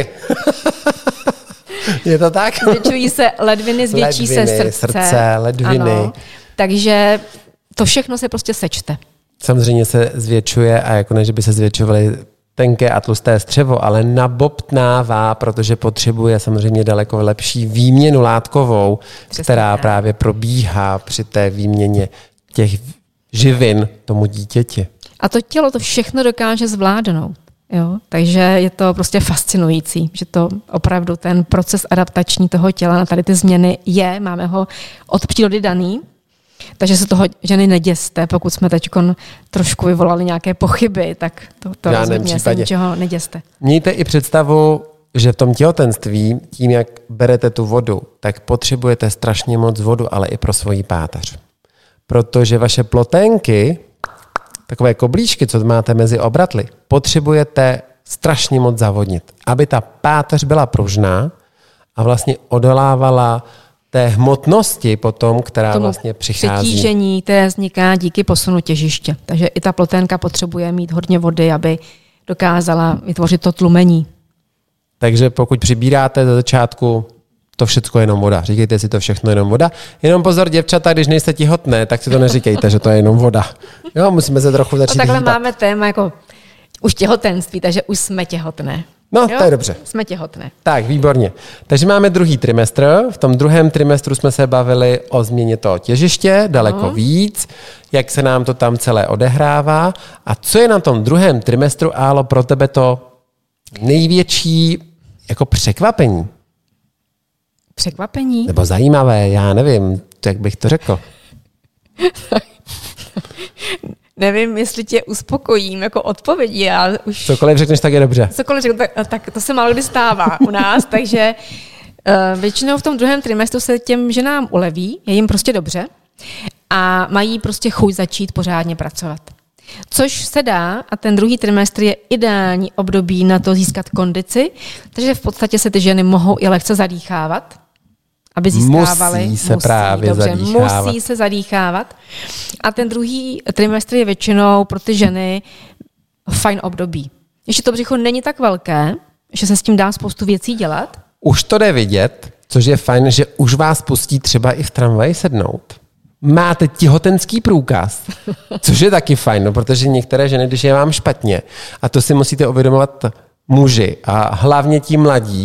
Je to tak? Zvětšují se ledviny, zvětší ledviny, se srdce. srdce ledviny. Ano. Takže to všechno se prostě sečte. Samozřejmě se zvětšuje a jako ne, že by se zvětšovaly tenké a tlusté střevo, ale nabobtnává, protože potřebuje samozřejmě daleko lepší výměnu látkovou, Přesně která ne. právě probíhá při té výměně těch živin tomu dítěti. A to tělo to všechno dokáže zvládnout. Jo? Takže je to prostě fascinující, že to opravdu ten proces adaptační toho těla na tady ty změny je, máme ho od přírody daný. Takže se toho ženy neděste, pokud jsme teď trošku vyvolali nějaké pochyby, tak to, to rozhodně se ničeho neděste. Mějte i představu, že v tom těhotenství, tím, jak berete tu vodu, tak potřebujete strašně moc vodu, ale i pro svoji páteř. Protože vaše ploténky, takové koblížky, co máte mezi obratly, potřebujete strašně moc zavodnit, aby ta páteř byla pružná a vlastně odolávala té hmotnosti potom, která tomu vlastně přichází. Přetížení, které vzniká díky posunu těžiště. Takže i ta ploténka potřebuje mít hodně vody, aby dokázala vytvořit to tlumení. Takže pokud přibíráte ze začátku, to všechno je jenom voda. Říkejte si to všechno jenom voda. Jenom pozor, děvčata, když nejste těhotné, tak si to neříkejte, že to je jenom voda. Jo, musíme se trochu začít no, takhle hýbat. Máme téma jako už těhotenství, takže už jsme těhotné. No, jo? To je dobře. Jsme těhotné. Tak, výborně. Takže máme druhý trimestr. V tom druhém trimestru jsme se bavili o změně toho těžiště, daleko no. víc, jak se nám to tam celé odehrává. A co je na tom druhém trimestru, Álo, pro tebe to největší jako překvapení? Překvapení? Nebo zajímavé, já nevím, jak bych to řekl. Nevím, jestli tě uspokojím jako odpovědi. Já už... Cokoliv řekneš, tak je dobře. Cokoliv řeknu, tak, tak to se málo kdy stává u nás, takže uh, většinou v tom druhém trimestru se těm ženám uleví, je jim prostě dobře a mají prostě chuť začít pořádně pracovat. Což se dá a ten druhý trimestr je ideální období na to získat kondici, takže v podstatě se ty ženy mohou i lehce zadýchávat, aby získávaly. Musí se musí, právě dobře, zadýchávat. Musí se zadýchávat. A ten druhý trimestr je většinou pro ty ženy fajn období. Ještě to břicho není tak velké, že se s tím dá spoustu věcí dělat. Už to jde vidět, což je fajn, že už vás pustí třeba i v tramvaji sednout. Máte těhotenský průkaz, což je taky fajn, no, protože některé ženy, když je vám špatně, a to si musíte uvědomovat muži a hlavně ti mladí,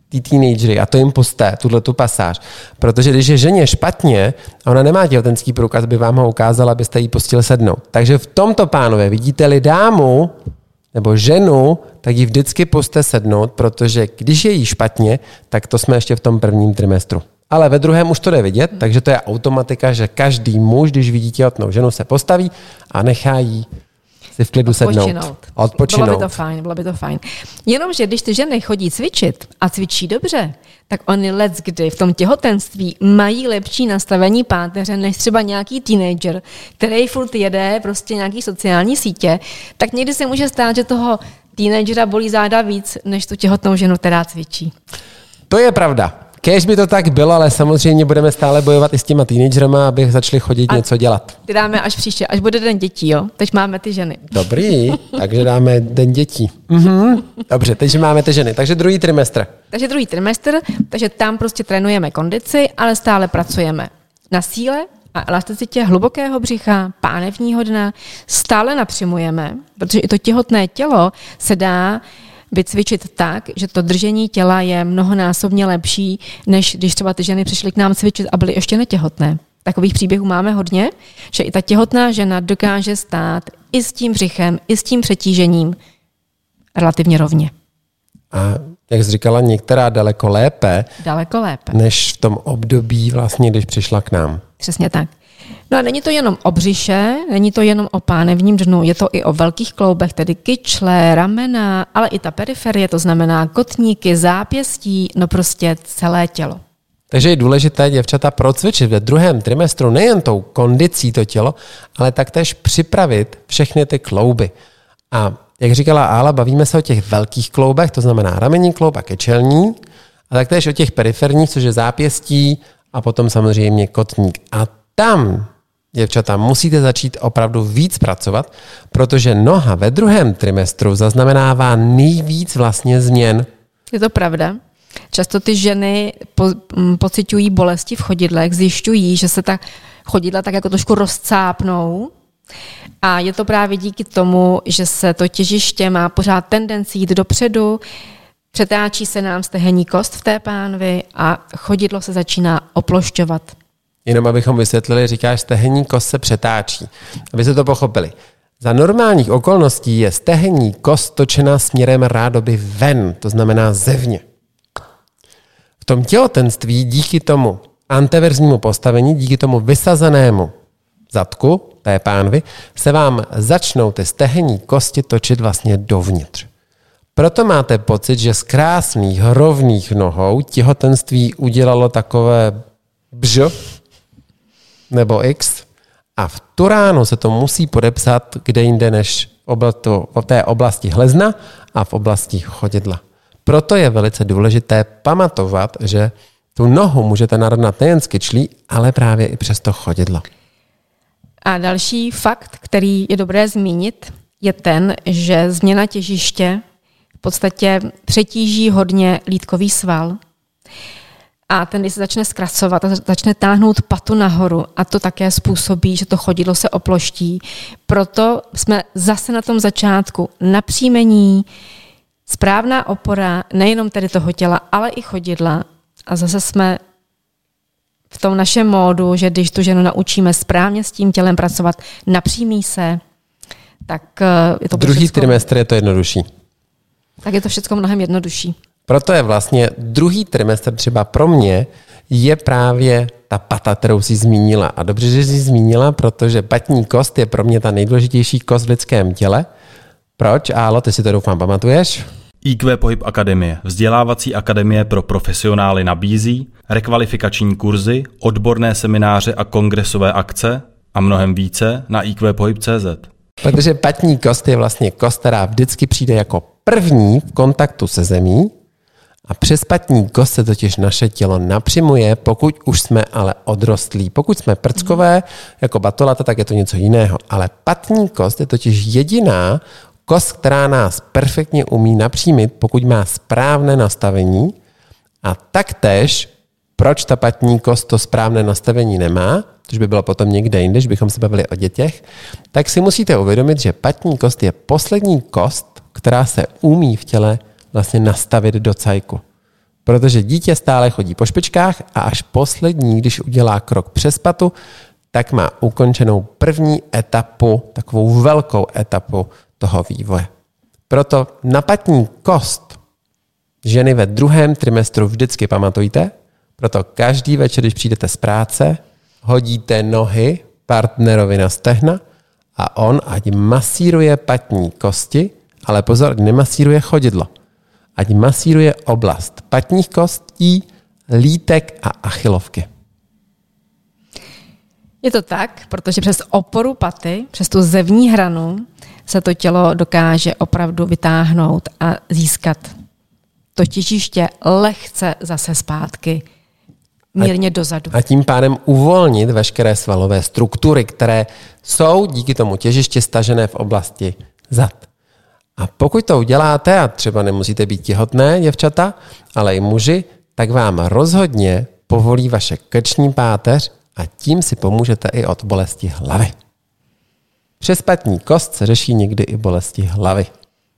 ty teenagery a to jim pusté, tuhletu pasáž. Protože když je ženě špatně a ona nemá těhotenský průkaz, by vám ho ukázala, abyste jí pustili sednout. Takže v tomto, pánové, vidíte-li dámu nebo ženu, tak ji vždycky puste sednout, protože když je jí špatně, tak to jsme ještě v tom prvním trimestru. Ale ve druhém už to jde vidět, takže to je automatika, že každý muž, když vidí těhotnou ženu, se postaví a nechá jí si v klidu sednout. Odpočinout. Bylo by to fajn, bylo by to fajn. Jenomže když ty ženy chodí cvičit a cvičí dobře, tak oni leckdy v tom těhotenství mají lepší nastavení páteře než třeba nějaký teenager, který furt jede prostě nějaký sociální sítě, tak někdy se může stát, že toho teenagera bolí záda víc, než tu těhotnou ženu, která cvičí. To je pravda. Kéž by to tak bylo, ale samozřejmě budeme stále bojovat i s těma teenagerama, aby začali chodit a něco dělat. Ty dáme až příště, až bude den dětí, jo? Teď máme ty ženy. Dobrý, takže dáme den dětí. Mhm. Dobře, teď máme ty ženy, takže druhý trimestr. Takže druhý trimestr, takže tam prostě trénujeme kondici, ale stále pracujeme na síle a elasticitě hlubokého břicha, pánevního dna, stále napřimujeme, protože i to těhotné tělo se dá vycvičit tak, že to držení těla je mnohonásobně lepší, než když třeba ty ženy přišly k nám cvičit a byly ještě netěhotné. Takových příběhů máme hodně, že i ta těhotná žena dokáže stát i s tím břichem, i s tím přetížením relativně rovně. A jak jsi říkala, některá daleko lépe, daleko lépe, než v tom období vlastně, když přišla k nám. Přesně tak. No a není to jenom o břiše, není to jenom o pánevním dnu, je to i o velkých kloubech, tedy kyčle, ramena, ale i ta periferie, to znamená kotníky, zápěstí, no prostě celé tělo. Takže je důležité, děvčata, procvičit ve druhém trimestru nejen tou kondicí to tělo, ale taktéž připravit všechny ty klouby. A jak říkala Ála, bavíme se o těch velkých kloubech, to znamená ramenní kloub a kyčelní, a taktéž o těch periferních, což je zápěstí a potom samozřejmě kotník. A tam, děvčata, musíte začít opravdu víc pracovat, protože noha ve druhém trimestru zaznamenává nejvíc vlastně změn. Je to pravda. Často ty ženy po, m, pociťují bolesti v chodidlech, zjišťují, že se ta chodidla tak jako trošku rozcápnou. A je to právě díky tomu, že se to těžiště má pořád tendenci jít dopředu, přetáčí se nám stehenní kost v té pánvi a chodidlo se začíná oplošťovat. Jenom abychom vysvětlili, říkáš, stehenní kost se přetáčí. Aby se to pochopili. Za normálních okolností je stehenní kost točena směrem rádoby ven, to znamená zevně. V tom těhotenství díky tomu anteverznímu postavení, díky tomu vysazenému zadku té pánvy, se vám začnou ty stehenní kosti točit vlastně dovnitř. Proto máte pocit, že z krásných, rovných nohou těhotenství udělalo takové bž nebo x a v tu ránu se to musí podepsat kde jinde než v té oblasti hlezna a v oblasti chodidla. Proto je velice důležité pamatovat, že tu nohu můžete narovnat nejen z kyčlí, ale právě i přes to chodidlo. A další fakt, který je dobré zmínit, je ten, že změna těžiště v podstatě přetíží hodně lýtkový sval. A ten, když se začne zkracovat a začne táhnout patu nahoru, a to také způsobí, že to chodidlo se oploští. Proto jsme zase na tom začátku napřímení, správná opora, nejenom tedy toho těla, ale i chodidla. A zase jsme v tom našem módu, že když tu ženu naučíme správně s tím tělem pracovat, napřímí se, tak je to druhý všecko, trimestr je to jednodušší. Tak je to všechno mnohem jednodušší. Proto je vlastně druhý trimestr třeba pro mě je právě ta pata, kterou jsi zmínila. A dobře, že jsi zmínila, protože patní kost je pro mě ta nejdůležitější kost v lidském těle. Proč? Álo, ty si to doufám pamatuješ? í kvé Pohyb Akademie, vzdělávací akademie pro profesionály, nabízí rekvalifikační kurzy, odborné semináře a kongresové akce a mnohem více na í kvé pohyb tečka cé zet. Protože patní kost je vlastně kost, která vždycky přijde jako první v kontaktu se zemí a přes patní kost se totiž naše tělo napřimuje, pokud už jsme ale odrostlí. Pokud jsme prckové jako batolata, tak je to něco jiného. Ale patní kost je totiž jediná kost, která nás perfektně umí napřímit, pokud má správné nastavení. A taktéž, proč ta patní kost to správné nastavení nemá, což by bylo potom někde jinde, když bychom se bavili o dětech, tak si musíte uvědomit, že patní kost je poslední kost, která se umí v těle vlastně nastavit do cajku. Protože dítě stále chodí po špičkách a až poslední, když udělá krok přes patu, tak má ukončenou první etapu, takovou velkou etapu toho vývoje. Proto na patní kost ženy ve druhém trimestru vždycky pamatujte, proto každý večer, když přijdete z práce, hodíte nohy partnerovi na stehna a on ať masíruje patní kosti, ale pozor, ať nemasíruje chodidlo. Ať masíruje oblast patních kostí, lítek a achilovky. Je to tak, protože přes oporu paty, přes tu zevní hranu se to tělo dokáže opravdu vytáhnout a získat to těžiště lehce zase zpátky, mírně a, dozadu. A tím pádem uvolnit veškeré svalové struktury, které jsou díky tomu těžiště stažené v oblasti zad. A pokud to uděláte, a třeba nemusíte být těhotné děvčata, ale i muži, tak vám rozhodně povolí vaše krční páteř a tím si pomůžete i od bolesti hlavy. Přes patní kost se řeší někdy i bolesti hlavy.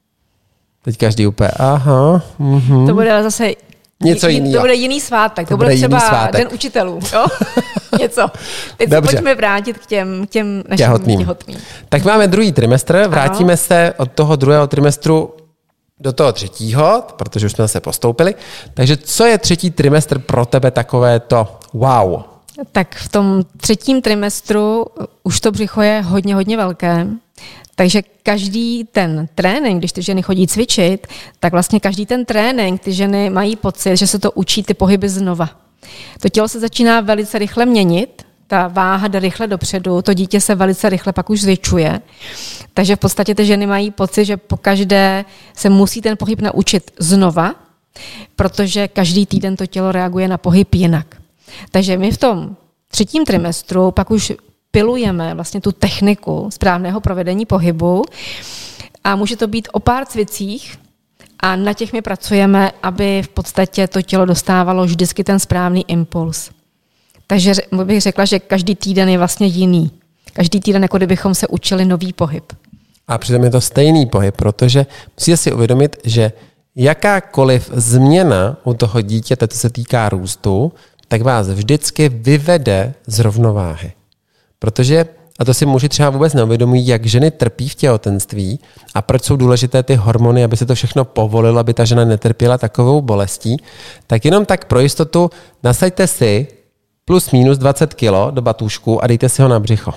Teď každý úplně, aha. Mhm. To bude zase něco jiný, to bude jiný svátek, to, to bude třeba svátek. Den učitelů. Jo? Něco. Teď se pojďme vrátit k těm, k těm našim těhotným. těhotným. Tak máme druhý trimestr, vrátíme ano. se od toho druhého trimestru do toho třetího, protože už jsme zase postoupili. Takže co je třetí trimestr pro tebe takové to wow? Tak v tom třetím trimestru už to břicho je hodně, hodně velké. Takže každý ten trénink, když ty ženy chodí cvičit, tak vlastně každý ten trénink ty ženy mají pocit, že se to učí ty pohyby znova. To tělo se začíná velice rychle měnit, ta váha jde rychle dopředu, to dítě se velice rychle pak už zvětšuje. Takže v podstatě ty ženy mají pocit, že pokaždé se musí ten pohyb naučit znova, protože každý týden to tělo reaguje na pohyb jinak. Takže my v tom třetím trimestru pak už pilujeme vlastně tu techniku správného provedení pohybu a může to být o pár cvicích a na těch my pracujeme, aby v podstatě to tělo dostávalo vždycky ten správný impuls. Takže bych řekla, že každý týden je vlastně jiný. Každý týden, jako kdybychom se učili nový pohyb. A přitom je to stejný pohyb, protože musíte si uvědomit, že jakákoliv změna u toho dítěte, to se týká růstu, tak vás vždycky vyvede z rovnováhy. Protože, a to si muži třeba vůbec neuvědomují, jak ženy trpí v těhotenství a proč jsou důležité ty hormony, aby se to všechno povolilo, aby ta žena netrpěla takovou bolestí, tak jenom tak pro jistotu nasaďte si plus minus dvacet kilo do batůžku a dejte si ho na břicho.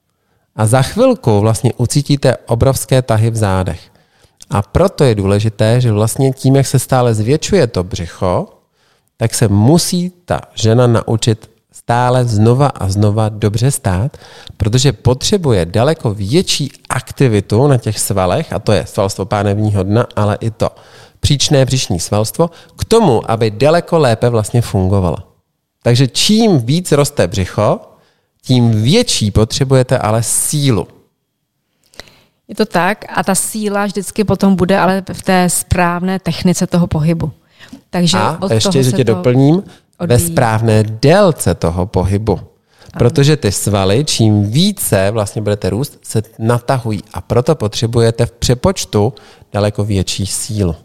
A za chvilku vlastně ucítíte obrovské tahy v zádech. A proto je důležité, že vlastně tím, jak se stále zvětšuje to břicho, tak se musí ta žena naučit stále znova a znova dobře stát, protože potřebuje daleko větší aktivitu na těch svalech, a to je svalstvo pánevního dna, ale i to příčné břišní svalstvo, k tomu, aby daleko lépe vlastně fungovalo. Takže čím víc roste břicho, tím větší potřebujete ale sílu. Je to tak a ta síla vždycky potom bude ale v té správné technice toho pohybu. Takže a od ještě, toho že tě doplním, odvíjí. Ve správné délce toho pohybu. Ano. Protože ty svaly, čím více vlastně budete růst, se natahují a proto potřebujete v přepočtu daleko větší sílu.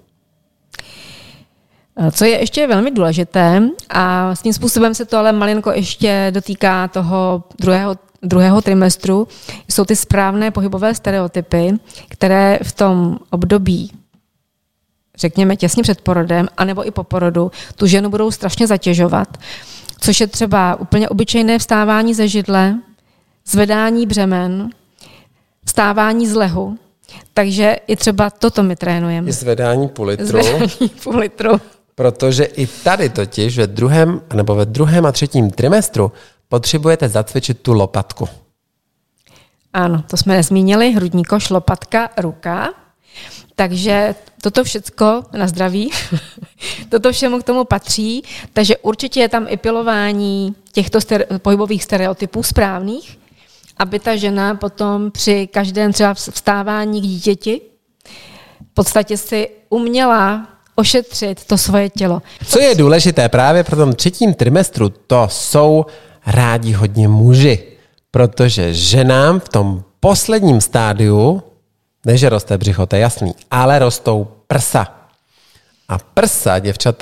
Co je ještě velmi důležité a s tím způsobem se to ale malinko ještě dotýká toho druhého, druhého trimestru, jsou ty správné pohybové stereotypy, které v tom období, řekněme těsně před porodem, anebo i po porodu, tu ženu budou strašně zatěžovat, což je třeba úplně obyčejné vstávání ze židle, zvedání břemen, vstávání z lehu, takže i třeba toto my trénujeme. I zvedání půl litru. Zvedání půl litru. Protože i tady totiž ve druhém, nebo ve druhém a třetím trimestru potřebujete zacvičit tu lopatku. Ano, to jsme nezmínili, hrudní koš, lopatka, ruka. Takže toto všecko na zdraví, toto všemu k tomu patří, takže určitě je tam i pilování těchto stere- pohybových stereotypů správných, aby ta žena potom při každém třeba vstávání k dítěti v podstatě si uměla ošetřit to svoje tělo. Co je důležité právě pro tom třetím trimestru, to jsou rádi hodně muži, protože ženám v tom posledním stádiu, ne, že roste břicho, to je jasný, ale rostou prsa. A prsa, děvčata,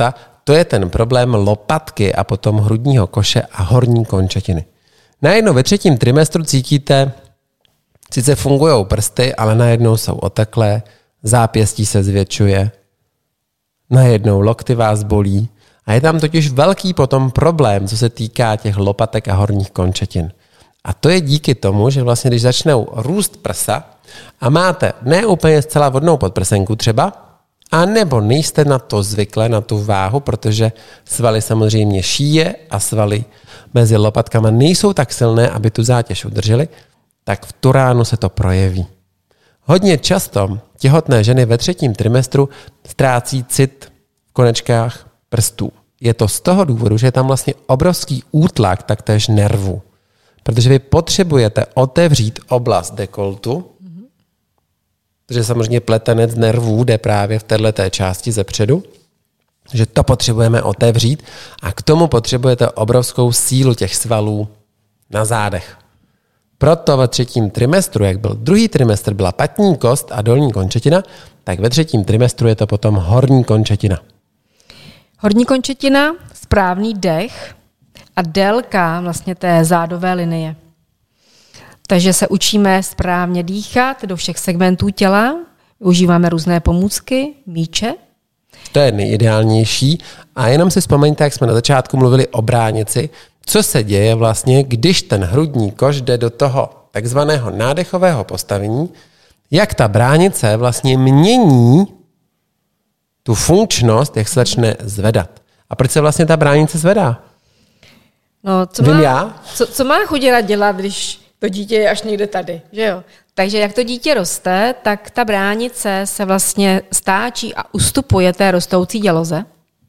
to je ten problém lopatky a potom hrudního koše a horní končetiny. Najednou ve třetím trimestru cítíte, sice fungují prsty, ale najednou jsou oteklé, zápěstí se zvětšuje, najednou lokty vás bolí a je tam totiž velký potom problém, co se týká těch lopatek a horních končetin. A to je díky tomu, že vlastně když začnou růst prsa a máte ne úplně zcela vodnou podprsenku třeba, a nebo nejste na to zvykle, na tu váhu, protože svaly samozřejmě šíje a svaly mezi lopatkama nejsou tak silné, aby tu zátěž udržely, tak v tu ránu se to projeví. Hodně často těhotné ženy ve třetím trimestru ztrácí cit v konečkách prstů. Je to z toho důvodu, že je tam vlastně obrovský útlak taktéž nervů. Protože vy potřebujete otevřít oblast dekoltu, protože samozřejmě pletenec nervů jde právě v této části zepředu, že to potřebujeme otevřít a k tomu potřebujete obrovskou sílu těch svalů na zádech. Proto ve třetím trimestru, jak byl druhý trimestr, byla patní kost a dolní končetina, tak ve třetím trimestru je to potom horní končetina. Horní končetina, správný dech a délka vlastně té zádové linie. Takže se učíme správně dýchat do všech segmentů těla, užíváme různé pomůcky, míče. To je nejideálnější a jenom si vzpomeňte, jak jsme na začátku mluvili o bránici, co se děje vlastně, když ten hrudní koš jde do toho takzvaného nádechového postavení, jak ta bránice vlastně mění tu funkčnost, jak se začne zvedat. A proč se vlastně ta bránice zvedá? No, co, Vím má, já? Co, co má chudina dělat, když to dítě je až někde tady, že jo? Takže jak to dítě roste, tak ta bránice se vlastně stáčí a ustupuje té rostoucí děloze.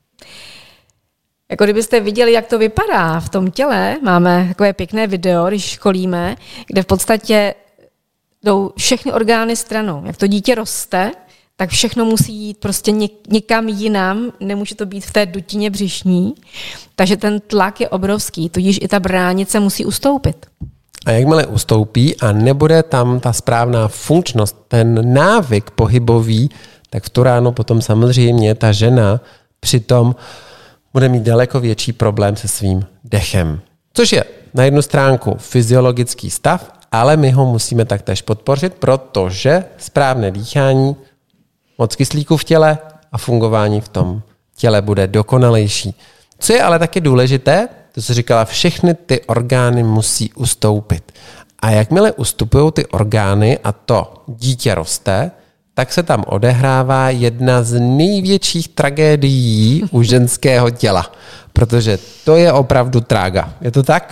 Jako kdybyste viděli, jak to vypadá v tom těle, máme takové pěkné video, když školíme, kde v podstatě jdou všechny orgány stranou. Jak to dítě roste, tak všechno musí jít prostě někam jinam, nemůže to být v té dutině břišní, takže ten tlak je obrovský, tudíž i ta bránice musí ustoupit. A jakmile ustoupí a nebude tam ta správná funkčnost, ten návyk pohybový, tak v tu ránu potom samozřejmě ta žena přitom bude mít daleko větší problém se svým dechem. Což je na jednu stránku fyziologický stav, ale my ho musíme taktéž podpořit, protože správné dýchání, moc kyslíku v těle a fungování v tom těle bude dokonalejší. Co je ale taky důležité, to se říkala, všechny ty orgány musí ustoupit. A jakmile ustupují ty orgány a to dítě roste, tak se tam odehrává jedna z největších tragédií u ženského těla. Protože to je opravdu trága. Je to tak?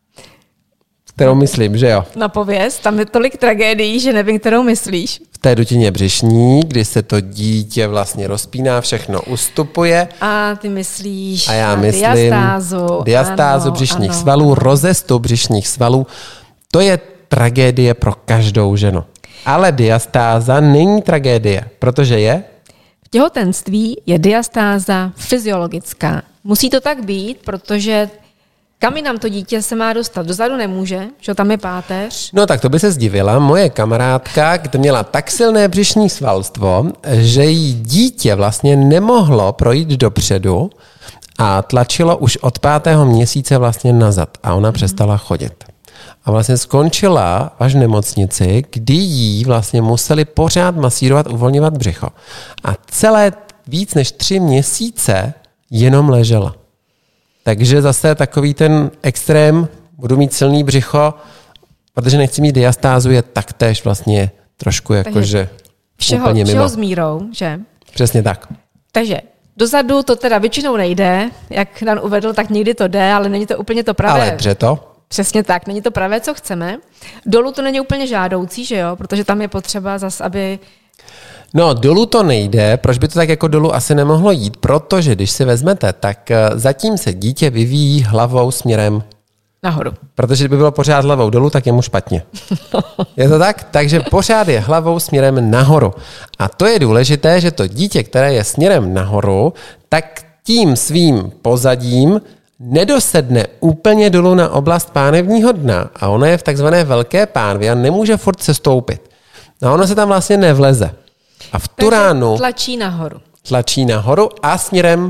Kterou myslím, že jo? Napověz, tam je tolik tragédií, že nevím, kterou myslíš. V té dutině břišní, kdy se to dítě vlastně rozpíná, všechno ustupuje. A ty myslíš a já na myslím, diastázu. Diastázu ano, břišních ano. svalů, rozestup břišních svalů. To je tragédie pro každou ženu. Ale diastáza není tragédie, protože je? V těhotenství je diastáza fyziologická. Musí to tak být, protože kam jinam to dítě se má dostat? Dozadu nemůže, že tam je páteř. No tak to by se zdivila. Moje kamarádka, kde měla tak silné břišní svalstvo, že jí dítě vlastně nemohlo projít dopředu a tlačilo už od pátého měsíce vlastně nazad a ona mm. přestala chodit. A vlastně skončila až v nemocnici, kdy jí vlastně museli pořád masírovat, uvolňovat břicho. A celé víc než tři měsíce jenom ležela. Takže zase takový ten extrém, budu mít silný břicho, protože nechci mít diastázu, je taktéž vlastně trošku jakože všeho, úplně mimo. Všeho s mírou, že? Přesně tak. Takže dozadu to teda většinou nejde, jak Dan uvedl, tak někdy to jde, ale není to úplně to pravé. Ale dře to. Přesně tak, není to pravé, co chceme. Dolů to není úplně žádoucí, že jo? Protože tam je potřeba zase, aby... No, dolů to nejde, proč by to tak jako dolů asi nemohlo jít? Protože když si vezmete, tak zatím se dítě vyvíjí hlavou směrem nahoru. Protože kdyby bylo pořád hlavou dolů, tak je mu špatně. Je to tak? Takže pořád je hlavou směrem nahoru. A to je důležité, že to dítě, které je směrem nahoru, tak tím svým pozadím nedosedne úplně dolů na oblast pánevního dna a ono je v takzvané velké pánvi a nemůže furt sestoupit. A ono se tam vlastně nevleze. A v tu ránu tlačí nahoru. Tlačí nahoru a směrem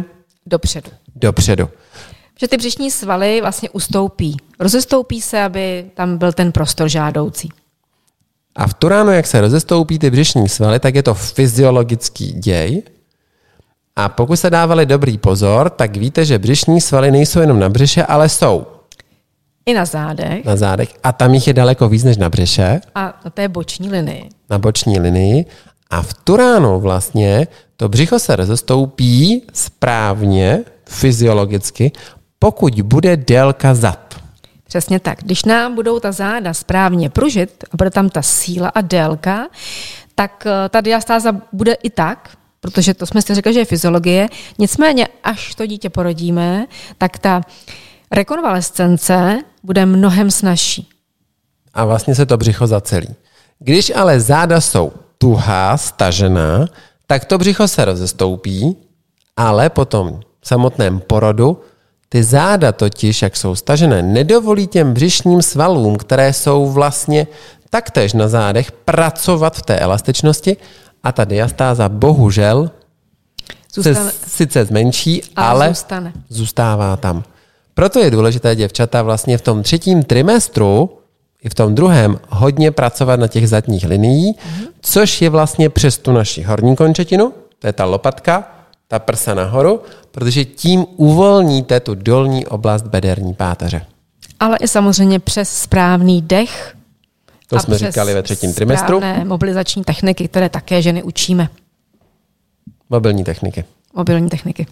dopředu. Dopředu. Že ty břišní svaly vlastně ustoupí. Rozestoupí se, aby tam byl ten prostor žádoucí. A v tu ránu, jak se rozestoupí ty břišní svaly, tak je to fyziologický děj. A pokud se dávali dobrý pozor, tak víte, že břišní svaly nejsou jenom na břiše, ale jsou i na zádech. Na zádech. A tam jich je daleko víc než na břiše. A na té boční linii. Na boční linii. A v tu ránu vlastně to břicho se rozestoupí správně, fyziologicky, pokud bude délka zad. Přesně tak. Když nám budou ta záda správně pružit a bude tam ta síla a délka, tak ta diastáza bude i tak, protože to jsme si řekli, že je fyziologie. Nicméně, až to dítě porodíme, tak ta rekonvalescence bude mnohem snazší. A vlastně se to břicho zacelí. Když ale záda jsou tuhá, stažená, tak to břicho se rozestoupí, ale potom v samotném porodu ty záda totiž, jak jsou stažené, nedovolí těm břišním svalům, které jsou vlastně taktéž na zádech, pracovat v té elastičnosti a ta diastáza bohužel zůstane. Se sice zmenší, ale, ale zůstane. Zůstává tam. Proto je důležité, děvčata, vlastně v tom třetím trimestru i v tom druhém hodně pracovat na těch zadních linií, mm-hmm. což je vlastně přes tu naši horní končetinu, to je ta lopatka, ta prsa nahoru, protože tím uvolníte tu dolní oblast bederní páteře. Ale i samozřejmě přes správný dech. To jsme říkali ve třetím trimestru. Správné mobilizační techniky, které také ženy učíme. Mobilní techniky. Mobilní techniky.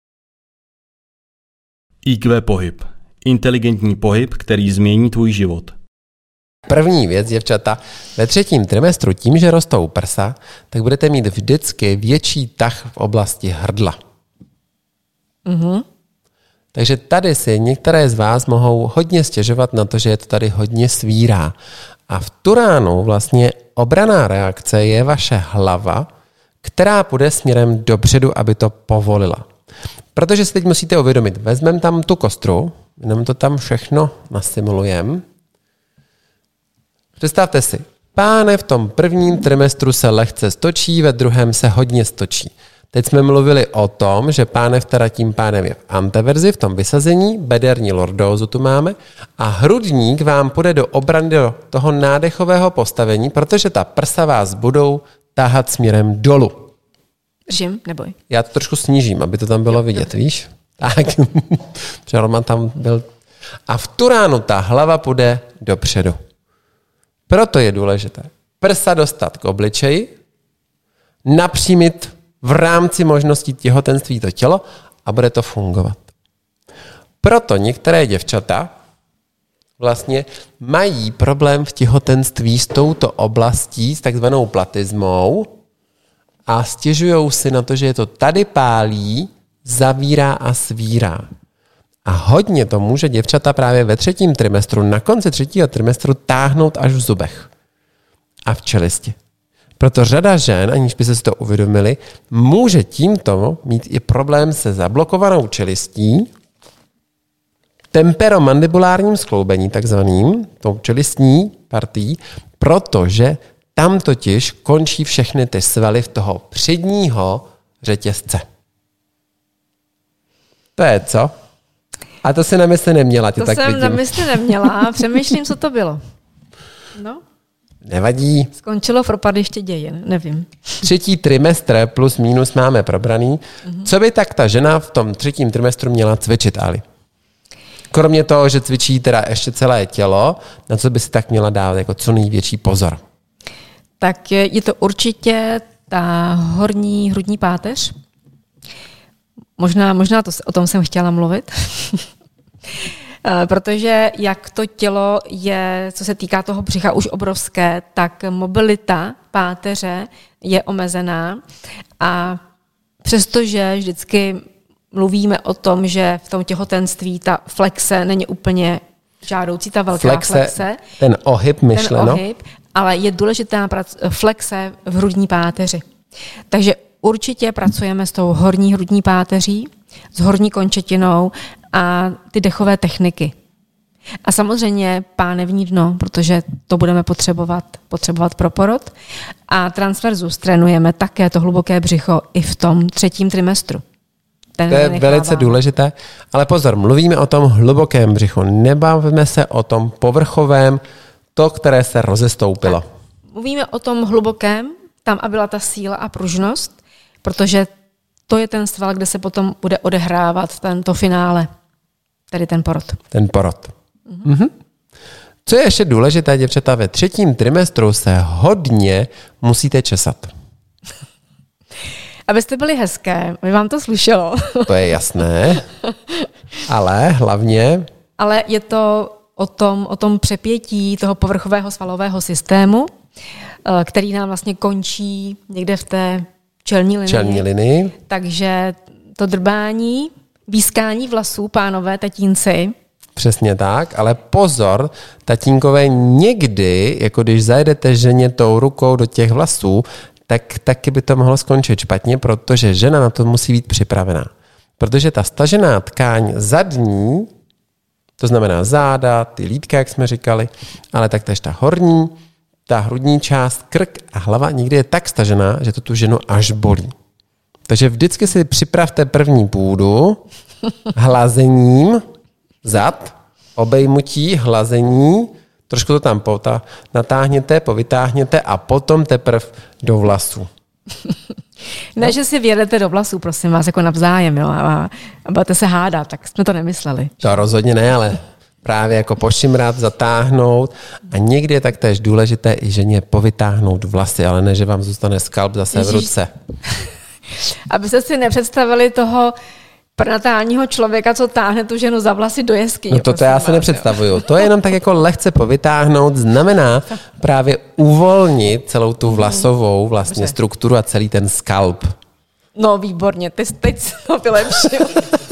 í kvé pohyb. Inteligentní pohyb, který změní tvůj život. První věc, děvčata, ve třetím trimestru tím, že rostou prsa, tak budete mít vždycky větší tah v oblasti hrdla. Mm-hmm. Takže tady si některé z vás mohou hodně stěžovat na to, že je to tady hodně svírá. A v tu ránu vlastně obranná reakce je vaše hlava, která půjde směrem dopředu, aby to povolila. Protože si teď musíte uvědomit, vezmeme tam tu kostru, jenom to tam všechno nasimulujeme. Představte si, pánev v tom prvním trimestru se lehce stočí, ve druhém se hodně stočí. Teď jsme mluvili o tom, že pánev teda tím pádem je v anteverzi, v tom vysazení, bederní lordózu tu máme a hrudník vám půjde do obrany do toho nádechového postavení, protože ta prsa vás budou táhat směrem dolů. Držím, neboj. Já to trošku snížím, aby to tam bylo vidět, víš? Tak, Roman tam byl. A v tu ránu ta hlava půjde dopředu. Proto je důležité prsa dostat k obličeji, napřímit v rámci možností těhotenství to tělo a bude to fungovat. Proto některé děvčata vlastně mají problém v těhotenství s touto oblastí, s takzvanou platysmou a stěžují si na to, že je to tady pálí, zavírá a svírá. A hodně to může děvčata právě ve třetím trimestru, na konci třetího trimestru táhnout až v zubech a v čelisti. Proto řada žen, aniž by se si to uvědomili, může tímto mít i problém se zablokovanou čelistí, temperomandibulárním skloubení, takzvaným, tou čelistní partií, protože tam totiž končí všechny ty svaly v toho předního řetězce. To je co? A to si na mysli neměla, ty to tak jsem vidím. na mysli neměla, přemýšlím, co to bylo. No. Nevadí. Skončilo v propadiště dějin, nevím. Třetí trimestr plus minus máme probraný. Mm-hmm. Co by tak ta žena v tom třetím trimestru měla cvičit, Ali? Kromě toho, že cvičí teda ještě celé tělo, na co by si tak měla dávat jako co největší pozor? Tak je, je to určitě ta horní hrudní páteř. Možná, možná to, o tom jsem chtěla mluvit. Protože jak to tělo je, co se týká toho břicha, už obrovské, tak mobilita páteře je omezená a přestože vždycky mluvíme o tom, že v tom těhotenství ta flexe není úplně žádoucí, ta velká flexe, flexe ten ohyb myšleno. Ten ohyb, ale je důležitá flexe v hrudní páteři. Takže určitě pracujeme s tou horní hrudní páteří, s horní končetinou a ty dechové techniky. A samozřejmě pánevní dno, protože to budeme potřebovat, potřebovat pro porod. A transverzus trénujeme také to hluboké břicho i v tom třetím trimestru. Ten to je nenechává. velice důležité. Ale pozor, mluvíme o tom hlubokém břichu. Nebavíme se o tom povrchovém, to, které se rozestoupilo. Tak. Mluvíme o tom hlubokém, tam, aby byla ta síla a pružnost, protože to je ten sval, kde se potom bude odehrávat tento finále, tedy ten porod. Ten porod. Mhm. Mhm. Co je ještě důležité, děvčata, ve třetím trimestru se hodně musíte česat. Abyste byli hezké, by vám to slušelo. To je jasné, ale hlavně... Ale je to o tom, o tom přepětí toho povrchového svalového systému, který nám vlastně končí někde v té čelní linii. Čelní linii. Takže to drbání, výskání vlasů, pánové, tatínci. Přesně tak, ale pozor, tatínkové, někdy, jako když zajedete ženě tou rukou do těch vlasů, tak taky by to mohlo skončit špatně, protože žena na to musí být připravená. Protože ta stažená tkáň zadní, to znamená záda, ty lítka, jak jsme říkali, ale taktéž ta horní, ta hrudní část, krk a hlava někdy je tak stažená, že to tu ženu až bolí. Takže vždycky si připravte první půdu hlazením zad, obejmutí, hlazení, trošku to tam pota, natáhněte, povytáhněte a potom teprve do vlasů. Ne, no. Že si vědete do vlasů, prosím vás, jako navzájem, jo, a, a budete se hádat, tak jsme to nemysleli. To rozhodně ne, ale právě jako pošimrat, zatáhnout a někdy je taktéž důležité i ženě povytáhnout vlasy, ale ne, že vám zůstane skalp zase Ježiš. v ruce. Abyste si nepředstavili toho prenatálního člověka, co táhne tu ženu za vlasy do jeskyně. No to, to já si nepředstavuju. To je jenom tak jako lehce povytáhnout, znamená právě uvolnit celou tu vlasovou vlastně dobře. strukturu a celý ten skalp. No výborně, ty teď to vylepšil.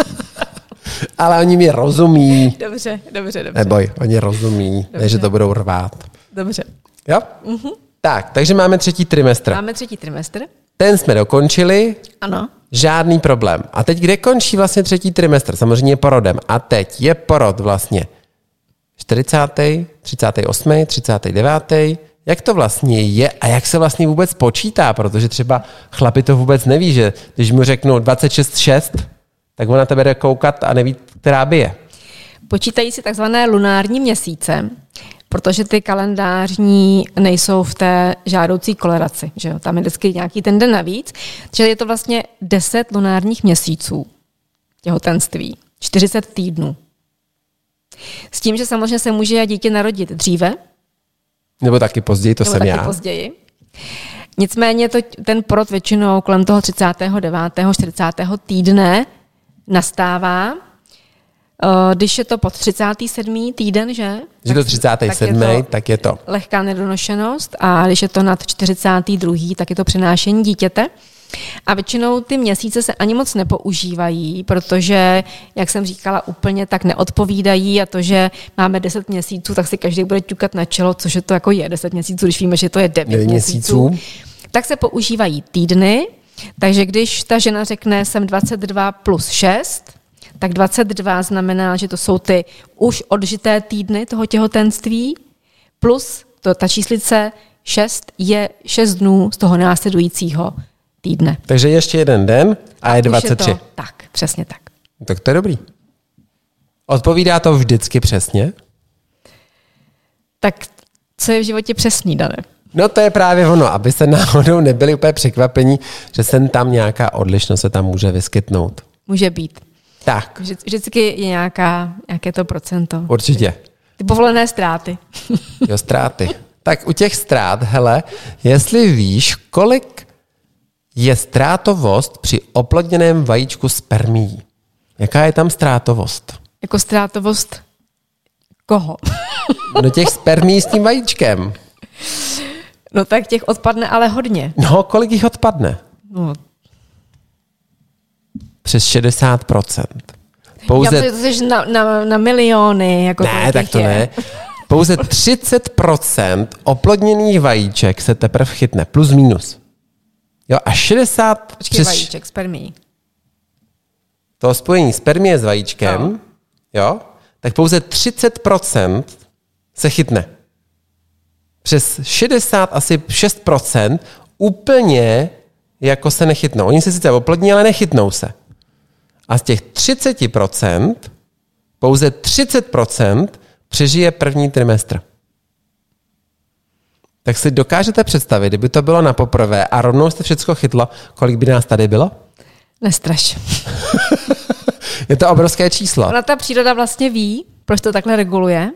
Ale oni mi rozumí. Dobře, dobře, dobře. Neboj, oni rozumí, dobře. Ne, že to budou rvát. Dobře. Jo? Mhm. Tak, takže máme třetí trimestr. Máme třetí trimestr. Ten jsme dokončili. Ano. Žádný problém. A teď kde končí vlastně třetí trimestr? Samozřejmě porodem. A teď je porod vlastně čtyřicátý, třicátý osmý, třicátý devátý Jak to vlastně je a jak se vlastně vůbec počítá? Protože třeba chlapi to vůbec neví, že když mu řeknou dvacet šest šest, tak ona tebe jde koukat a neví, která by je. Počítají si takzvané lunární měsíce, protože ty kalendářní nejsou v té žádoucí koleraci. Že jo? Tam je vždycky nějaký ten den navíc. Čili je to vlastně deset lunárních měsíců těhotenství. čtyřicet týdnů. S tím, že samozřejmě se může dítě narodit dříve. Nebo taky později, to nebo jsem taky já. později. Nicméně to, ten porod většinou kolem toho třicátého devátého čtyřicátého týdne nastává. Když je to pod třicátý sedmý týden, že? Že to třicátý sedmý, tak je to, tak je to lehká nedonošenost a když je to nad čtyřicátý druhý, tak je to přenášení dítěte. A většinou ty měsíce se ani moc nepoužívají, protože, jak jsem říkala, úplně tak neodpovídají a to, že máme deset měsíců, tak si každý bude ťukat na čelo, což je to jako je deset měsíců, když víme, že to je devět měsíců. měsíců. Tak se používají týdny, takže když ta žena řekne, jsem dvacet dva plus šest, tak dvacet dva znamená, že to jsou ty už odžité týdny toho těhotenství, plus to, ta číslice šest je šest dnů z toho následujícího týdne. Takže ještě jeden den a, a je dvacet tři. Je to, tak, přesně tak. Tak to je dobrý. Odpovídá to vždycky přesně? Tak co je v životě přesný, Dane? No to je právě ono, aby se náhodou nebyli úplně překvapení, že sem tam nějaká odlišnost se tam může vyskytnout. Může být. Tak. Vždy, vždycky je nějaká, nějaké to procento. Určitě. Ty povolené ztráty. Jo, ztráty. Tak u těch ztrát, hele, jestli víš, kolik je ztrátovost při oplodněném vajíčku spermií. Jaká je tam ztrátovost? Jako ztrátovost koho? No těch spermií s tím vajíčkem. No tak těch odpadne ale hodně. No, kolik jich odpadne? No. Přes šedesát procent. Pouze... Já to jsi na, na, na miliony. Jako ne, tak to je. ne. Pouze třicet procent oplodněných vajíček se teprve chytne. Plus minus. Jo, a šedesát... Počkej, přes... vajíček, spermí. To spojení spermie s vajíčkem, no. Jo, tak pouze třicet procent se chytne. Přes šedesát, asi šest procent úplně jako se nechytnou. Oni se sice oplodní, ale nechytnou se. A z těch třicet procent pouze třicet procent přežije první trimestr. Tak si dokážete představit, kdyby to bylo na poprvé a rovnou jste všechno chytlo, kolik by nás tady bylo? Nestraš. Je to obrovské číslo. Ona ta příroda vlastně ví, proč to takhle reguluje.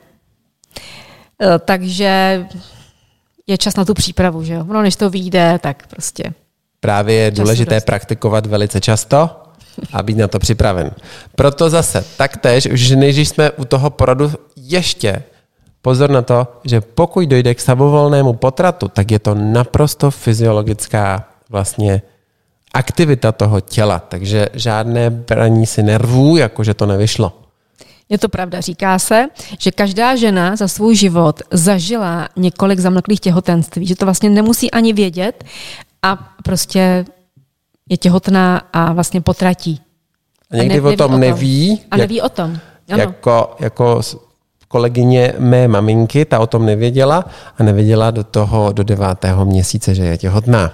Takže je čas na tu přípravu, že jo? Ono, než to vyjde, tak prostě. Právě je důležité praktikovat velice často a být na to připraven. Proto zase taktéž, už než jsme u toho porodu ještě pozor na to, že pokud dojde k samovolnému potratu, tak je to naprosto fyziologická vlastně aktivita toho těla, takže žádné braní si nervů, jakože to nevyšlo. Je to pravda. Říká se, že každá žena za svůj život zažila několik zamlklých těhotenství, že to vlastně nemusí ani vědět a prostě je těhotná a vlastně potratí. A někdy a ne, o tom neví. A neví o tom. Ano. Jako, jako kolegyně mé maminky, ta o tom nevěděla a nevěděla do toho do devátého měsíce, že je těhotná.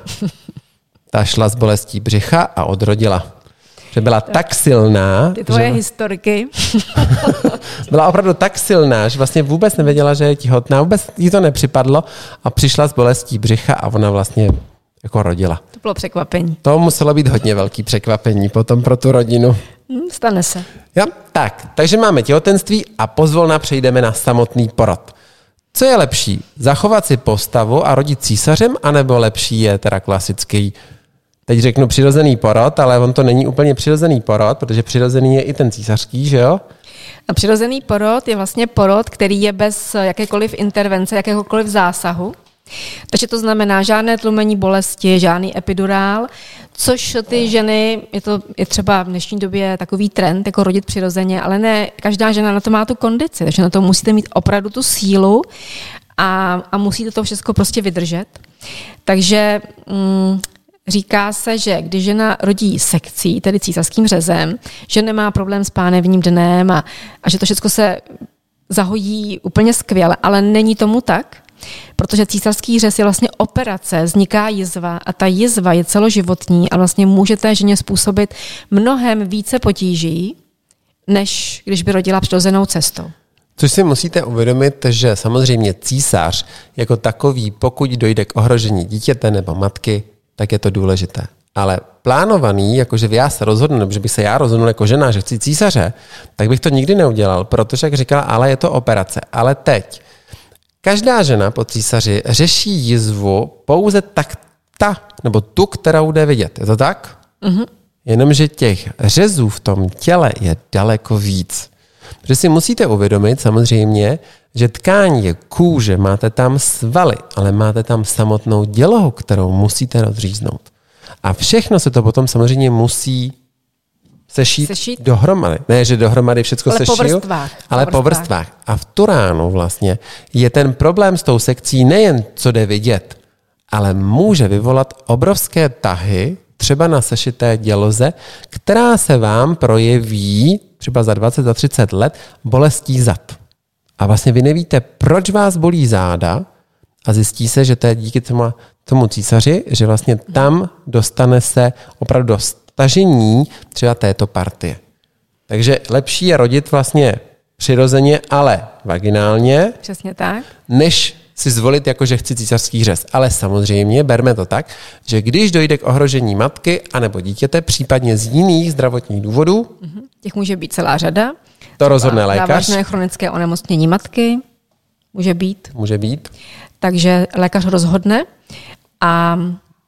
Ta šla s bolestí břicha a odrodila. Že byla tak, tak silná. Ty tvoje že... historky. Byla opravdu tak silná, že vlastně vůbec nevěděla, že je těhotná. Vůbec jí to nepřipadlo a přišla s bolestí břicha a ona vlastně jako rodila. To bylo překvapení. To muselo být hodně velký překvapení potom pro tu rodinu. Stane se. Jo, tak, takže máme těhotenství a pozvolna přejdeme na samotný porod. Co je lepší? Zachovat si postavu a rodit císařem, anebo lepší je teda klasický, teď řeknu přirozený porod, ale on to není úplně přirozený porod, protože přirozený je i ten císařský, že jo? A přirozený porod je vlastně porod, který je bez jakékoliv intervence, jakéhokoliv zásahu. Takže to znamená žádné tlumení bolesti, žádný epidurál, což ty ženy, je to je třeba v dnešní době takový trend, jako rodit přirozeně, ale ne každá žena na to má tu kondici, takže na to musíte mít opravdu tu sílu a, a musíte to všechno prostě vydržet. Takže mm, říká se, že když žena rodí sekcí, tedy císařským řezem, že nemá problém s pánevním dnem a, a že to všechno se zahojí úplně skvěle, ale není tomu tak. Protože císařský řez je vlastně operace, vzniká jizva a ta jizva je celoživotní a vlastně může té ženě způsobit mnohem více potíží, než když by rodila přirozenou cestou. Což si musíte uvědomit, že samozřejmě císař jako takový, pokud dojde k ohrožení dítěte nebo matky, tak je to důležité. Ale plánovaný, jakože já se rozhodnu, nebo že bych se já rozhodnul jako žena, že chci císaře, tak bych to nikdy neudělal, protože, jak říkala, ale je to operace. Ale teď každá žena po císaři řeší jizvu pouze tak ta, nebo tu, kterou jde vidět. Je to tak? Mm-hmm. Jenomže těch řezů v tom těle je daleko víc. Protože si musíte uvědomit samozřejmě, že tkání je kůže, máte tam svaly, ale máte tam samotnou dělohu, kterou musíte rozříznout. A všechno se to potom samozřejmě musí sešít, sešít dohromady. Ne, že dohromady všechno sešiju, po vrstvách. ale po vrstvách. A v tu ránu vlastně je ten problém s tou sekcí nejen, co jde vidět, ale může vyvolat obrovské tahy, třeba na sešité děloze, která se vám projeví třeba za dvacet, za třicet let bolestí zad. A vlastně vy nevíte, proč vás bolí záda a zjistí se, že to je díky tomu, tomu císaři, že vlastně tam dostane se opravdu do stažení třeba této partie. Takže lepší je rodit vlastně přirozeně, ale vaginálně. Přesně tak. Než si zvolit, jako že chci císařský řez. Ale samozřejmě berme to tak, že když dojde k ohrožení matky anebo dítěte, případně z jiných zdravotních důvodů, mm-hmm. těch může být celá řada. To rozhodne lékař. Závažné chronické onemocnění matky může být. Může být. Takže lékař rozhodne a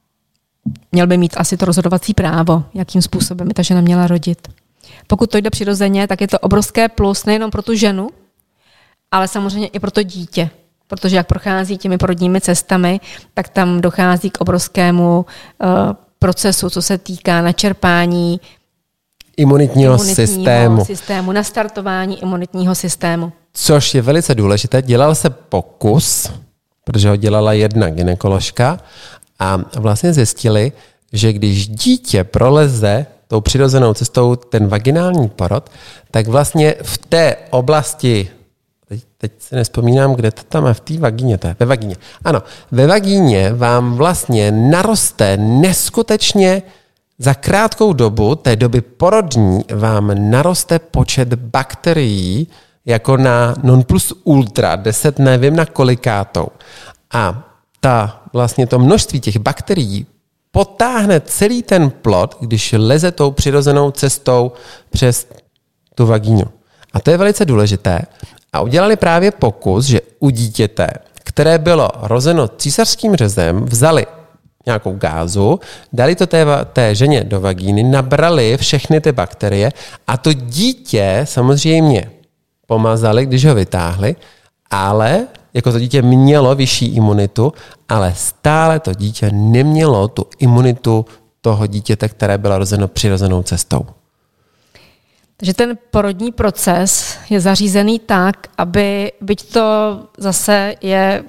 měl by mít asi to rozhodovací právo, jakým způsobem by ta žena měla rodit. Pokud to jde přirozeně, tak je to obrovské plus nejenom pro tu ženu, ale samozřejmě i pro to dítě. Protože jak prochází těmi porodními cestami, tak tam dochází k obrovskému uh, procesu, co se týká načerpání imunitního, imunitního systému. systému, nastartování imunitního systému. Což je velice důležité. Dělal se pokus, protože ho dělala jedna gynekoložka a vlastně zjistili, že když dítě proleze tou přirozenou cestou ten vaginální porod, tak vlastně v té oblasti, teď, teď si nespomínám, kde to tam je, v té vagíně, to je, ve vagíně. Ano, ve vagíně vám vlastně naroste neskutečně za krátkou dobu té doby porodní vám naroste počet bakterií jako na non plus ultra, deset nevím na kolikátou. A ta, vlastně to množství těch bakterií potáhne celý ten plod, když leze tou přirozenou cestou přes tu vagínu. A to je velice důležité. A udělali právě pokus, že u dítěte, které bylo rozeno císařským řezem, vzali nějakou gázu, dali to té, té ženě do vagíny, nabrali všechny ty bakterie a to dítě samozřejmě pomazali, když ho vytáhli, ale jako to dítě mělo vyšší imunitu, ale stále to dítě nemělo tu imunitu toho dítěte, které bylo rozeno přirozenou cestou. Takže ten porodní proces je zařízený tak, aby, byť to zase je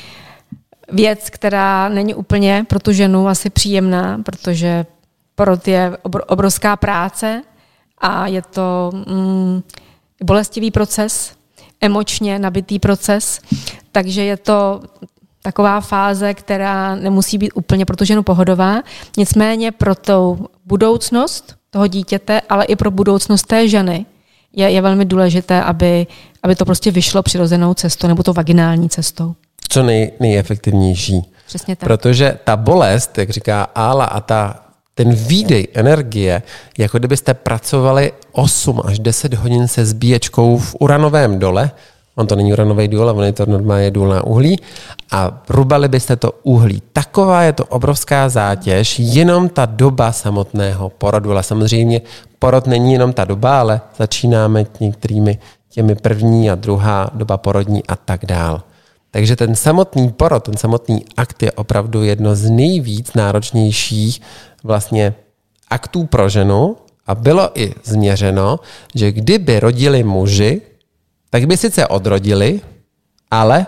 věc, která není úplně pro tu ženu asi příjemná, protože porod je obrovská práce a je to mm, bolestivý proces, emočně nabitý proces, takže je to taková fáze, která nemusí být úplně pro tu ženu pohodová, nicméně pro tou budoucnost toho dítěte, ale i pro budoucnost té ženy je, je velmi důležité, aby, aby to prostě vyšlo přirozenou cestou nebo to vaginální cestou. Co nej, nejefektivnější. Přesně tak. Protože ta bolest, jak říká Ála, a ta, ten výdej energie, jako kdybyste pracovali osm až deset hodin se zbíječkou v uranovém dole, on to není uranový důl, on je to normálně důl na uhlí, a rubali byste to uhlí. Taková je to obrovská zátěž, jenom ta doba samotného porodu. Ale samozřejmě porod není jenom ta doba, ale začínáme některými těmi první a druhá doba porodní a tak dál. Takže ten samotný porod, ten samotný akt je opravdu jedno z nejvíc náročnějších vlastně aktů pro ženu a bylo i změřeno, že kdyby rodili muži, tak by sice odrodili, ale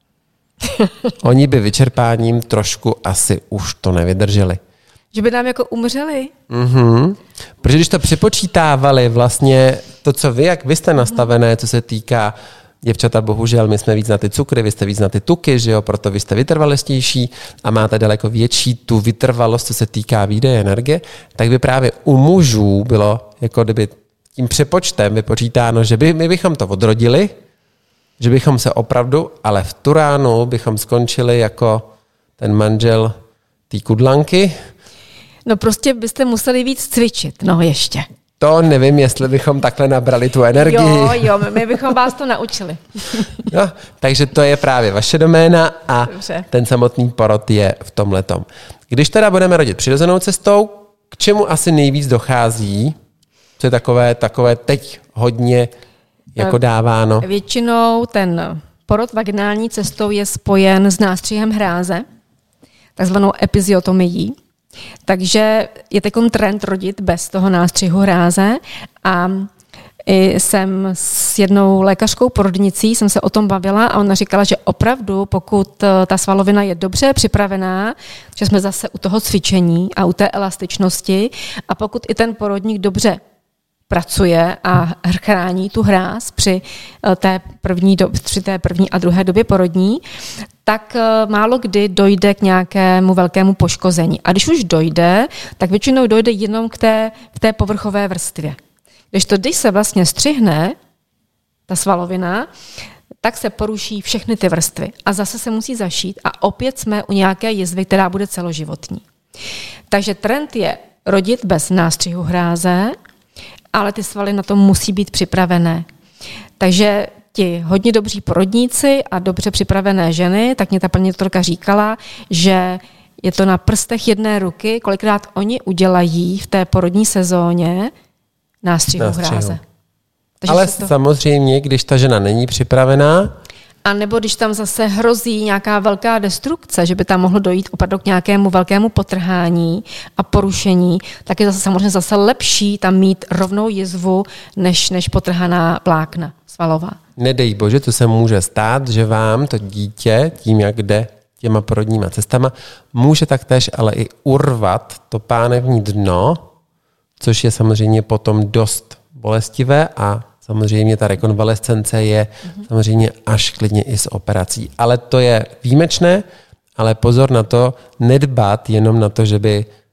oni by vyčerpáním trošku asi už to nevydrželi. Že by nám jako umřeli? Mhm. Protože když to připočítávali vlastně to, co vy, jak vy jste nastavené, co se týká děvčata, bohužel, my jsme víc na ty cukry, vy jste víc na ty tuky, že jo, proto vy jste vytrvalostější a máte daleko větší tu vytrvalost, co se týká výdeje energie, tak by právě u mužů bylo, jako kdyby tím přepočtem vypočítáno, že by, my bychom to odrodili, že bychom se opravdu, ale v tu ránu bychom skončili jako ten manžel té kudlanky. No prostě byste museli víc cvičit, no ještě. To nevím, jestli bychom takhle nabrali tu energii. Jo, jo, my bychom vás to naučili. No, takže to je právě vaše doména a Dobře. Ten samotný porod je v tomhletom. Když teda budeme rodit přirozenou cestou, k čemu asi nejvíc dochází, co je takové, takové teď hodně jako dáváno? Většinou ten porod vaginální cestou je spojen s nástřihem hráze, takzvanou epiziotomií. Takže je takový trend rodit bez toho nástřihu hráze a i jsem s jednou lékařskou porodnicí jsem se o tom bavila a ona říkala, že opravdu, pokud ta svalovina je dobře připravená, že jsme zase u toho cvičení a u té elastičnosti a pokud i ten porodník dobře pracuje a chrání tu hráz při té první, do, při té první a druhé době porodní, tak málo kdy dojde k nějakému velkému poškození. A když už dojde, tak většinou dojde jenom k té, k té povrchové vrstvě. Když to, když se vlastně střihne ta svalovina, tak se poruší všechny ty vrstvy. A zase se musí zašít a opět jsme u nějaké jizvy, která bude celoživotní. Takže trend je rodit bez nástřihu hráze, ale ty svaly na to musí být připravené. Takže ti hodně dobří porodníci a dobře připravené ženy, tak mě ta paní doktorka říkala, že je to na prstech jedné ruky, kolikrát oni udělají v té porodní sezóně nástřihu hráze. Takže ale to... samozřejmě, když ta žena není připravená, a nebo když tam zase hrozí nějaká velká destrukce, že by tam mohlo dojít opravdu k nějakému velkému potrhání a porušení, tak je zase samozřejmě zase lepší tam mít rovnou jizvu, než, než potrhaná vlákna svalová. Nedej bože, to se může stát, že vám to dítě, tím jak jde těma porodníma cestama, může taktéž ale i urvat to pánevní dno, což je samozřejmě potom dost bolestivé a samozřejmě ta rekonvalescence je mm-hmm. samozřejmě až klidně i s operací. Ale to je výjimečné, ale pozor na to, nedbát jenom na to, že by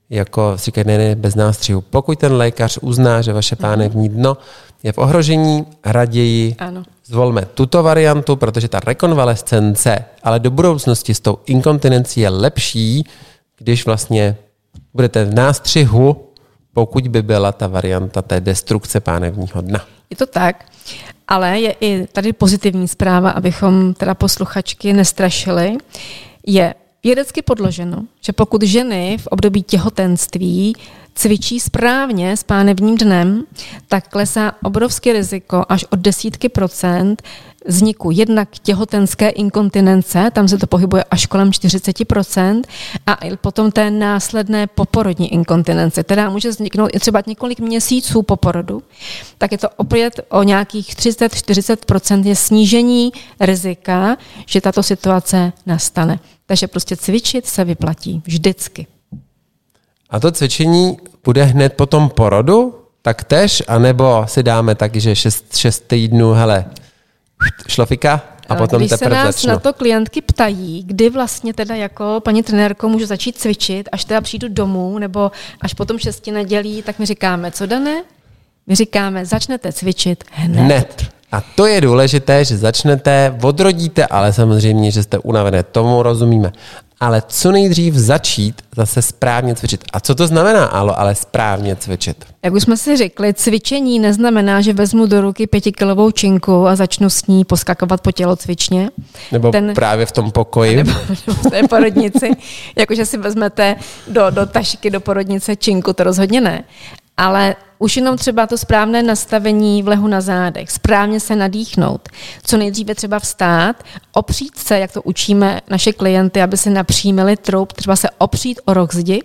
jako říkají, ne, ne, bez nástřihu. Pokud ten lékař uzná, že vaše pánevní dno je v ohrožení, raději ano. zvolme tuto variantu, protože ta rekonvalescence, ale do budoucnosti s tou inkontinencí je lepší, když vlastně budete v nástřihu, pokud by byla ta varianta té destrukce pánevního dna. Je to tak, ale je i tady pozitivní zpráva, abychom teda posluchačky nestrašili. Je vědecky podloženo, že pokud ženy v období těhotenství cvičí správně s pánevním dnem, tak klesá obrovské riziko až o desítky procent vzniku jednak těhotenské inkontinence, tam se to pohybuje až kolem čtyřicet procent, a i potom té následné poporodní inkontinence, která může vzniknout i třeba několik měsíců po porodu, tak je to opět o nějakých třicet až čtyřicet procent je snížení rizika, že tato situace nastane. Takže prostě cvičit se vyplatí vždycky. A to cvičení bude hned po tom porodu? Tak tež? A nebo si dáme taky, že šest, šest týdnů, hele, šlofika a potom Když teprve se nás začnu. na to klientky ptají, kdy vlastně teda jako paní trenérko můžu začít cvičit, až teda přijdu domů, nebo až potom šesti nedělí, tak my říkáme, co Dané? My říkáme, začnete cvičit hned. Hned. A to je důležité, že začnete, odrodíte, ale samozřejmě, že jste unavené, tomu rozumíme. Ale co nejdřív začít zase správně cvičit. A co to znamená, Alo, ale správně cvičit? Jak už jsme si řekli, cvičení neznamená, že vezmu do ruky pětikilovou činku a začnu s ní poskakovat po tělocvičně. Nebo Ten, právě v tom pokoji. Nebo, nebo v té porodnici. Jakože si vezmete do, do tašky, do porodnice činku, to rozhodně ne. Ale už jenom třeba to správné nastavení v lehu na zádech, správně se nadýchnout, co nejdříve třeba vstát, opřít se, jak to učíme naše klienty, aby se napřímili troub, třeba se opřít o roh zdi.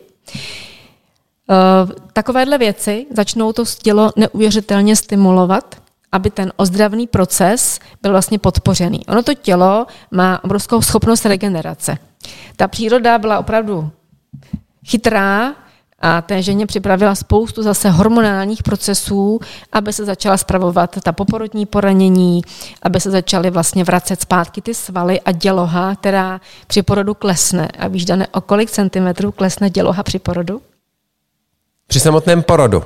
Takovéhle věci začnou to tělo neuvěřitelně stimulovat, aby ten ozdravný proces byl vlastně podpořený. Ono to tělo má obrovskou schopnost regenerace. Ta příroda byla opravdu chytrá, a té ženě připravila spoustu zase hormonálních procesů, aby se začala spravovat ta poporodní poranění, aby se začaly vlastně vracet zpátky ty svaly a děloha, která při porodu klesne. A víš, Dané, o kolik centimetrů klesne děloha při porodu? Při samotném porodu?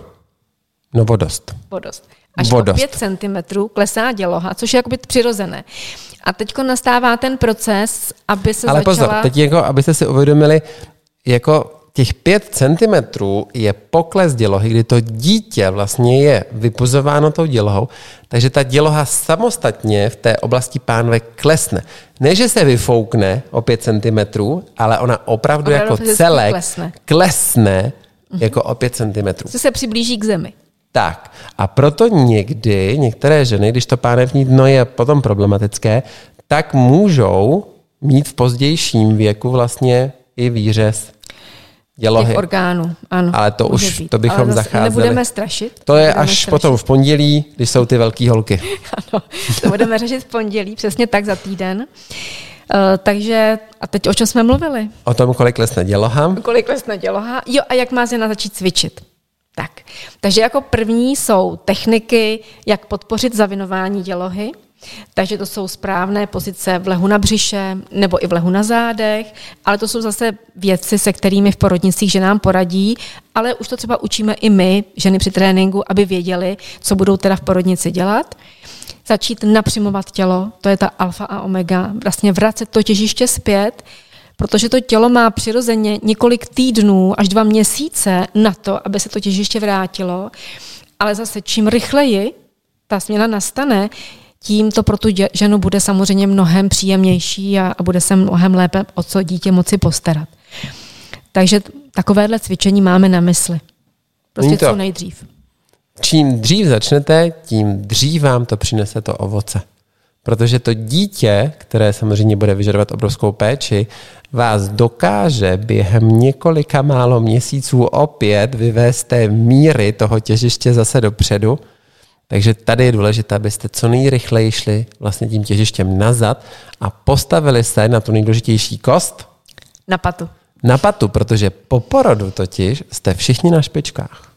No vodost. Vodost. Až vodost. o pět centimetrů klesá děloha, což je jakoby přirozené. A teďko nastává ten proces, aby se Ale začala... pozor, teď jako, abyste si uvědomili, jako těch pět centimetrů je pokles dělohy, kdy to dítě vlastně je vypuzováno tou dělohou, takže ta děloha samostatně v té oblasti pánve klesne. Ne, že se vyfoukne o pět centimetrů, ale ona opravdu, opravdu jako celek klesne, klesne uh-huh. jako o pět centimetrů. Co se přiblíží k zemi. Tak. A proto někdy, některé ženy, když to pánevní dno je potom problematické, tak můžou mít v pozdějším věku vlastně i výřez dělohy. Těch orgánů, ano. Ale to už, být. to bychom Ale zacházeli. Nebudeme strašit. To je až strašit. Potom v pondělí, když jsou ty velký holky. Ano, to budeme řešit v pondělí, přesně tak za týden. Uh, takže, a teď o čem jsme mluvili? O tom, kolik klesne děloha. Kolik klesne děloha. Jo, a jak má žena začít cvičit. Tak, takže jako první jsou techniky, jak podpořit zavinování dělohy. Takže to jsou správné pozice v lehu na břiše nebo i v lehu na zádech, ale to jsou zase věci, se kterými v porodnicích ženám poradí, ale už to třeba učíme i my, ženy při tréninku, aby věděli, co budou teda v porodnici dělat. Začít napřimovat tělo, to je ta alfa a omega, vlastně vracet to těžiště zpět, protože to tělo má přirozeně několik týdnů až dva měsíce na to, aby se to těžiště vrátilo, ale zase čím rychleji ta změna nastane, tím to pro tu ženu bude samozřejmě mnohem příjemnější a, a bude se mnohem lépe o co dítě moci postarat. Takže takovéhle cvičení máme na mysli. Prostě co nejdřív. Čím dřív začnete, tím dřív vám to přinese to ovoce. Protože to dítě, které samozřejmě bude vyžadovat obrovskou péči, vás dokáže během několika málo měsíců opět vyvést té míry toho těžiště zase dopředu. Takže tady je důležité, abyste co nejrychleji šli vlastně tím těžištěm nazad a postavili se na tu nejdůležitější kost. Na patu. Na patu, protože po porodu totiž jste všichni na špičkách.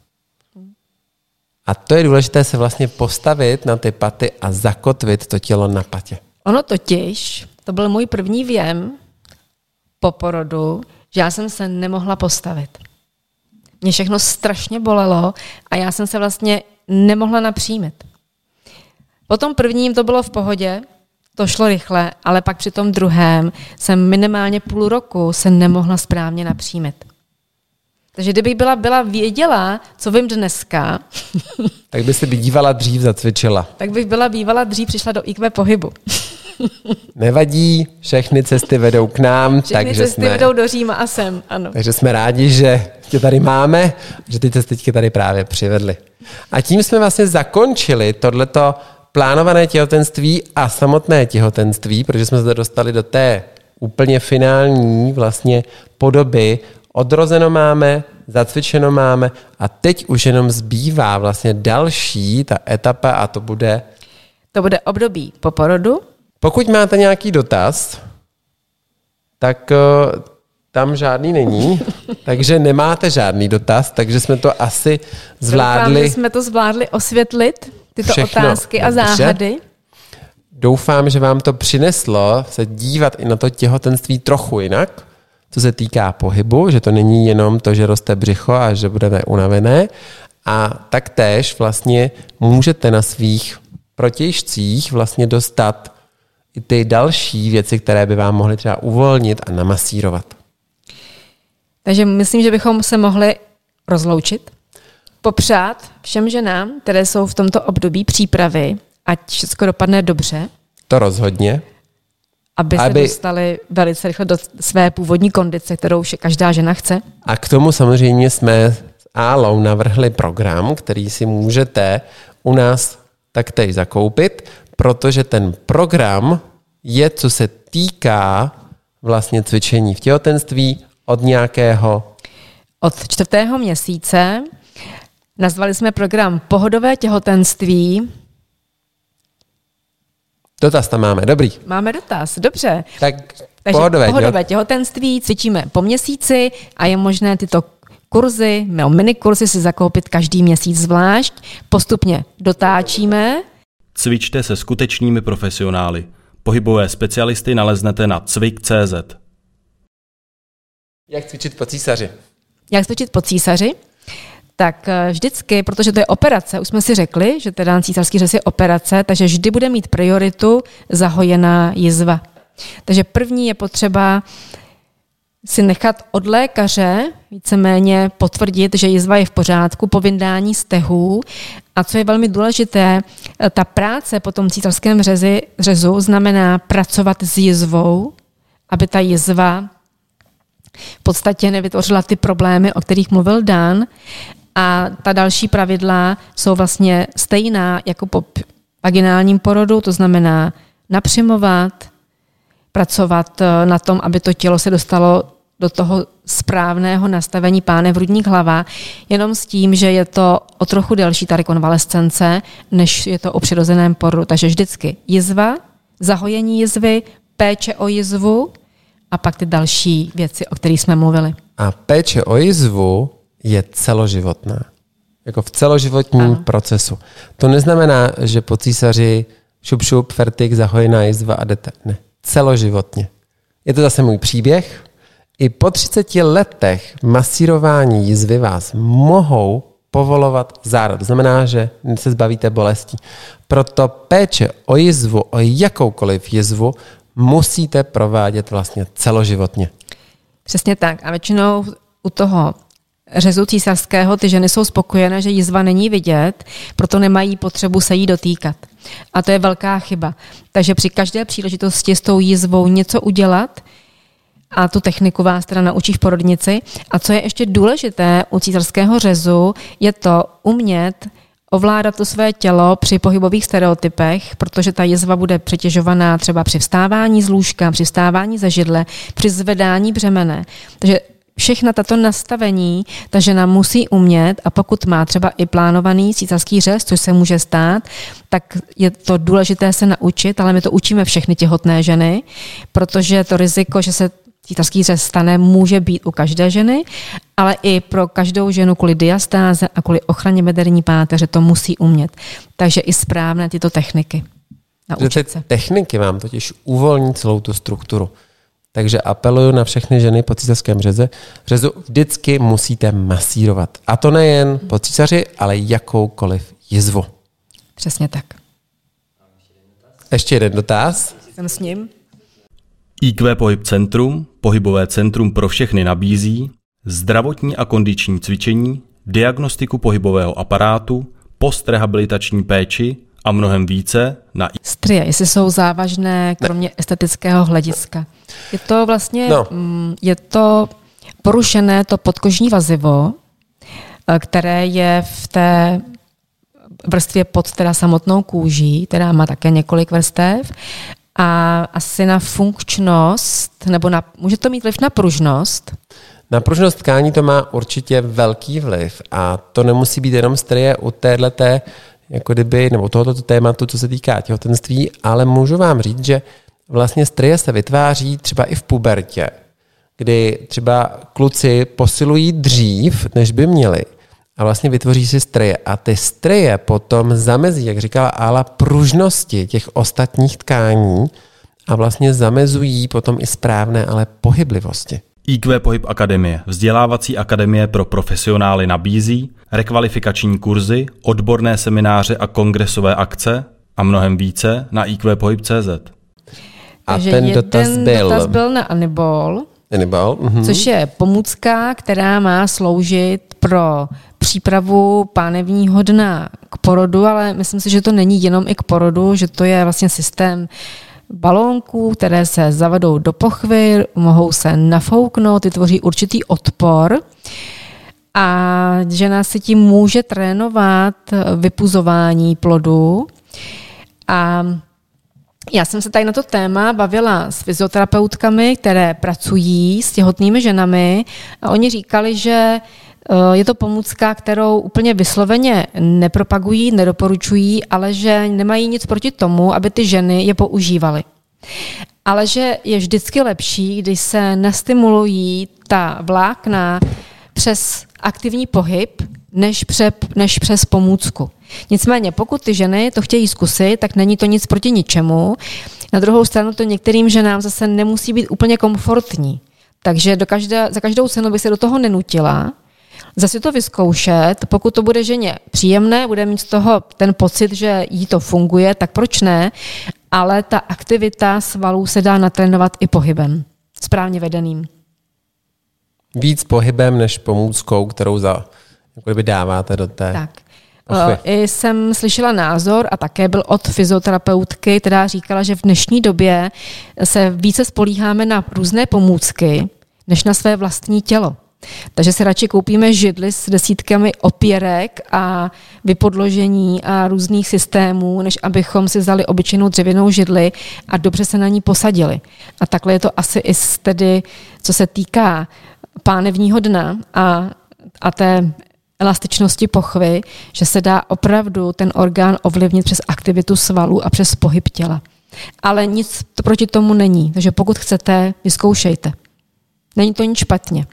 A to je důležité se vlastně postavit na ty paty a zakotvit to tělo na patě. Ono totiž, to byl můj první věm po porodu, že já jsem se nemohla postavit. Mě všechno strašně bolelo a já jsem se vlastně nemohla napřímit. Po tom prvním to bylo v pohodě, to šlo rychle, ale pak při tom druhém jsem minimálně půl roku se nemohla správně napřímit. Takže kdybych byla, byla věděla, co vím dneska, tak by se by dívala dřív, zacvičila. Tak bych byla bývala dřív, přišla do í kvé pohybu. Nevadí, všechny cesty vedou k nám. Všechny takže cesty jsme, vedou do Říma a sem, ano. Takže jsme rádi, že tě tady máme, že ty cesty tě tady právě přivedly. A tím jsme vlastně zakončili tohleto plánované těhotenství a samotné těhotenství, protože jsme se dostali do té úplně finální vlastně podoby. Odrozeno máme, zacvičeno máme a teď už jenom zbývá vlastně další ta etapa a to bude... To bude období po porodu. Pokud máte nějaký dotaz, tak uh, tam žádný není, takže nemáte žádný dotaz, takže jsme to asi zvládli. Doufám, že jsme to zvládli osvětlit, tyto všechno otázky a záhady. Doufám, že vám to přineslo se dívat i na to těhotenství trochu jinak, co se týká pohybu, že to není jenom to, že roste břicho a že budeme unavené. A taktéž vlastně můžete na svých protějšcích vlastně dostat i ty další věci, které by vám mohly třeba uvolnit a namasírovat. Takže myslím, že bychom se mohli rozloučit, popřát všem ženám, které jsou v tomto období přípravy, ať všechno dopadne dobře. To rozhodně. Aby se aby... dostali velice rychle do své původní kondice, kterou každá žena chce. A k tomu samozřejmě jsme s Álou navrhli program, který si můžete u nás taktéž zakoupit, protože ten program je, co se týká vlastně cvičení v těhotenství od nějakého... Od čtvrtého měsíce. Nazvali jsme program Pohodové těhotenství. Dotaz tam máme, dobrý. Máme dotaz, dobře. Tak Takže pohodové, pohodové těhotenství cvičíme po měsíci a je možné tyto kurzy, no, minikurzy si zakoupit každý měsíc zvlášť. Postupně dotáčíme. Cvičte se skutečnými profesionály. Pohybové specialisty naleznete na cvik tečka cé zet. Jak cvičit po císaři? Jak cvičit po císaři? Tak vždycky, protože to je operace, už jsme si řekli, že teda císařský řez je operace, takže vždy bude mít prioritu zahojená jizva. Takže první je potřeba si nechat od lékaře víceméně potvrdit, že jizva je v pořádku po vyndání stehů. A co je velmi důležité, ta práce po tom císařském řezi, řezu znamená pracovat s jizvou, aby ta jizva v podstatě nevytvořila ty problémy, o kterých mluvil Dan. A ta další pravidla jsou vlastně stejná jako po vaginálním porodu, to znamená napřimovat, pracovat na tom, aby to tělo se dostalo do toho správného nastavení pánev hrudník hlava, jenom s tím, že je to o trochu delší ta rekonvalescence, než je to o přirozeném porodu. Takže vždycky jizva, zahojení jizvy, péče o jizvu a pak ty další věci, o kterých jsme mluvili. A péče o jizvu je celoživotná. Jako v celoživotním ano. procesu. To neznamená, že po císaři šup šup, fertik, zahojená jizva a jdete. Ne. Celoživotně. Je to zase můj příběh. I po třiceti letech masírování jizvy vás mohou povolovat záda. To znamená, že se zbavíte bolestí. Proto péče o jizvu, o jakoukoliv jizvu, musíte provádět vlastně celoživotně. Přesně tak. A většinou u toho řezu císařského ty ženy jsou spokojené, že jizva není vidět, proto nemají potřebu se jí dotýkat. A to je velká chyba. Takže při každé příležitosti s tou jizvou něco udělat a tu techniku vás teda naučí v porodnici. A co je ještě důležité u císařského řezu, je to umět ovládat to své tělo při pohybových stereotypech, protože ta jizva bude přetěžovaná třeba při vstávání z lůžka, při vstávání ze židle, při zvedání břemene. Takže všechna tato nastavení ta žena musí umět a pokud má třeba i plánovaný císařský řez, což se může stát, tak je to důležité se naučit, ale my to učíme všechny těhotné ženy, protože to riziko, že se císařský řez stane, může být u každé ženy, ale i pro každou ženu kvůli diastáze a kvůli ochraně bederní páteře to musí umět. Takže i správné tyto techniky. Naučit ty se. Techniky vám totiž uvolní celou tu strukturu. Takže apeluju na všechny ženy po císařském řeze. Řezu vždycky musíte masírovat. A to nejen po císaři, ale jakoukoliv jizvu. Přesně tak. Ještě jeden dotaz. Jsem s ním. í kvé Pohyb Centrum, pohybové centrum pro všechny nabízí zdravotní a kondiční cvičení, diagnostiku pohybového aparátu, postrehabilitační péči a mnohem více na Strie, jestli jsou závažné, kromě ne. estetického hlediska. Je to vlastně, no. je to porušené to podkožní vazivo, které je v té vrstvě pod teda samotnou kůží, která má také několik vrstev, a asi na funkčnost, nebo na, může to mít vliv na pružnost? Na pružnost tkání to má určitě velký vliv a to nemusí být jenom strie u téhleté, jako kdyby, nebo tohoto tématu, co se týká těhotenství, ale můžu vám říct, že vlastně strie se vytváří třeba i v pubertě, kdy třeba kluci posilují dřív, než by měli, a vlastně vytvoří si strie. A ty strie potom zamezí, jak říkala Ála, pružnosti těch ostatních tkání a vlastně zamezují potom i správné, ale pohyblivosti. í kvé Pohyb Akademie, vzdělávací akademie pro profesionály nabízí rekvalifikační kurzy, odborné semináře a kongresové akce a mnohem více na í kvé pohyb tečka cé zet. A Takže ten dotaz byl... dotaz byl na Anibol, Anibol mhm. což je pomůcka, která má sloužit pro přípravu pánevního dna k porodu, ale myslím si, že to není jenom i k porodu, že to je vlastně systém balónků, které se zavedou do pochvy, mohou se nafouknout, vytvoří určitý odpor a žena si tím může trénovat vypuzování plodu. A já jsem se tady na to téma bavila s fyzioterapeutkami, které pracují s těhotnými ženami a oni říkali, že je to pomůcka, kterou úplně vysloveně nepropagují, nedoporučují, ale že nemají nic proti tomu, aby ty ženy je používaly. Ale že je vždycky lepší, když se nastimulují ta vlákna přes aktivní pohyb, než, pře, než přes pomůcku. Nicméně, pokud ty ženy to chtějí zkusit, tak není to nic proti ničemu. Na druhou stranu to některým ženám zase nemusí být úplně komfortní. Takže do každé, za každou cenu by se do toho nenutila. Zase to vyzkoušet, pokud to bude ženě příjemné, bude mít z toho ten pocit, že jí to funguje, tak proč ne? Ale ta aktivita svalů se dá natrénovat i pohybem, správně vedeným. Víc pohybem než pomůckou, kterou za, jako kdyby dáváte do té... Tak. I jsem slyšela názor a také byl od fyzioterapeutky, která říkala, že v dnešní době se více spolíháme na různé pomůcky, než na své vlastní tělo. Takže si radši koupíme židli s desítkami opěrek a vypodložení a různých systémů, než abychom si vzali obyčejnou dřevěnou židli a dobře se na ní posadili. A takhle je to asi i tedy, co se týká pánevního dna a, a té elastičnosti pochvy, že se dá opravdu ten orgán ovlivnit přes aktivitu svalů a přes pohyb těla. Ale nic proti tomu není, takže pokud chcete, vyzkoušejte. Není to nic špatně.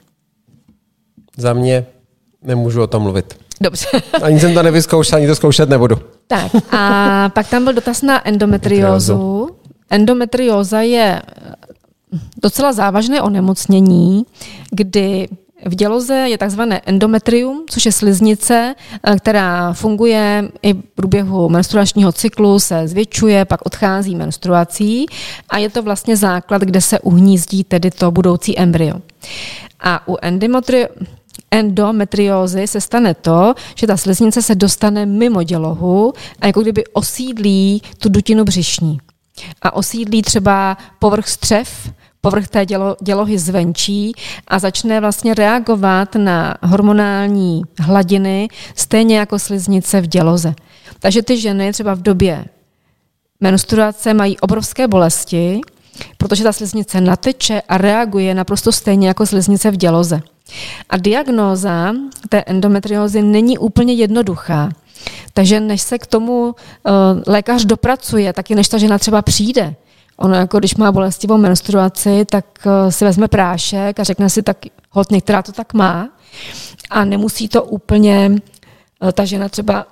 Za mě nemůžu o tom mluvit. Dobře. Ani jsem to nevyzkoušel, ani to zkoušet nebudu. Tak a pak tam byl dotaz na endometriózu. Endometrióza je docela závažné onemocnění, kdy v děloze je takzvané endometrium, což je sliznice, která funguje i v průběhu menstruačního cyklu, se zvětšuje, pak odchází menstruací a je to vlastně základ, kde se uhnízdí tedy to budoucí embryo. A u endometri- endometriózy se stane to, že ta sliznice se dostane mimo dělohu a jako kdyby osídlí tu dutinu břišní. A osídlí třeba povrch střev, povrch té dělo, dělohy zvenčí a začne vlastně reagovat na hormonální hladiny, stejně jako sliznice v děloze. Takže ty ženy třeba v době menstruace mají obrovské bolesti, protože ta sliznice nateče a reaguje naprosto stejně jako sliznice v děloze. A diagnóza té endometriózy není úplně jednoduchá. Takže než se k tomu uh, lékař dopracuje, taky než ta žena třeba přijde, ono jako když má bolestivou menstruaci, tak uh, si vezme prášek a řekne si, tak hod některá to tak má a nemusí to úplně uh, ta žena třeba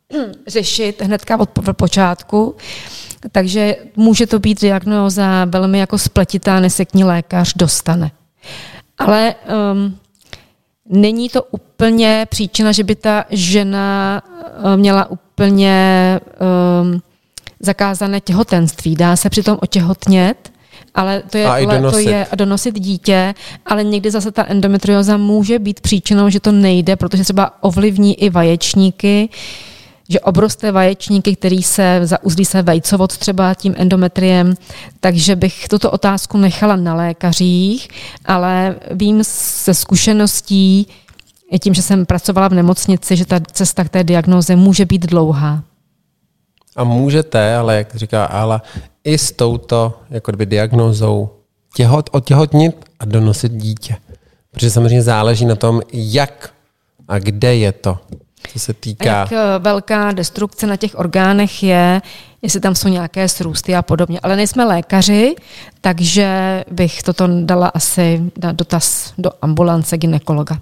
řešit hnedka od počátku. Takže může to být diagnóza velmi jako spletitá, než se k ní lékař dostane. Ale um, není to úplně příčina, že by ta žena měla úplně um, zakázané těhotenství. Dá se přitom otěhotnět, ale to je, a ale to je a donosit dítě, ale někdy zase ta endometrióza může být příčinou, že to nejde, protože třeba ovlivní i vaječníky, že obroste vaječníky, který se zauzlí se vejcovod třeba tím endometriem, takže bych tuto otázku nechala na lékařích, ale vím ze zkušeností, tím, že jsem pracovala v nemocnici, že ta cesta k té diagnóze může být dlouhá. A můžete, ale jak říká Ála, i s touto jako kdyby diagnózou těhot, otěhotnit a donosit dítě. Protože samozřejmě záleží na tom, jak a kde je to, co se týká... A jak velká destrukce na těch orgánech je, jestli tam jsou nějaké srůsty a podobně. Ale nejsme lékaři, takže bych toto dala asi na dotaz do ambulance gynekologa.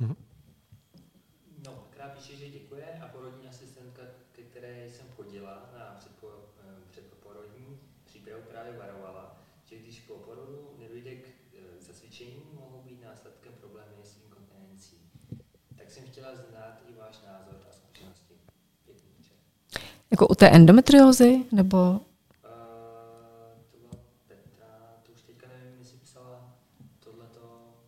Jako u té endometriózy, nebo? Uh, to byla Petra, to už teďka nevím, jestli psala tohleto.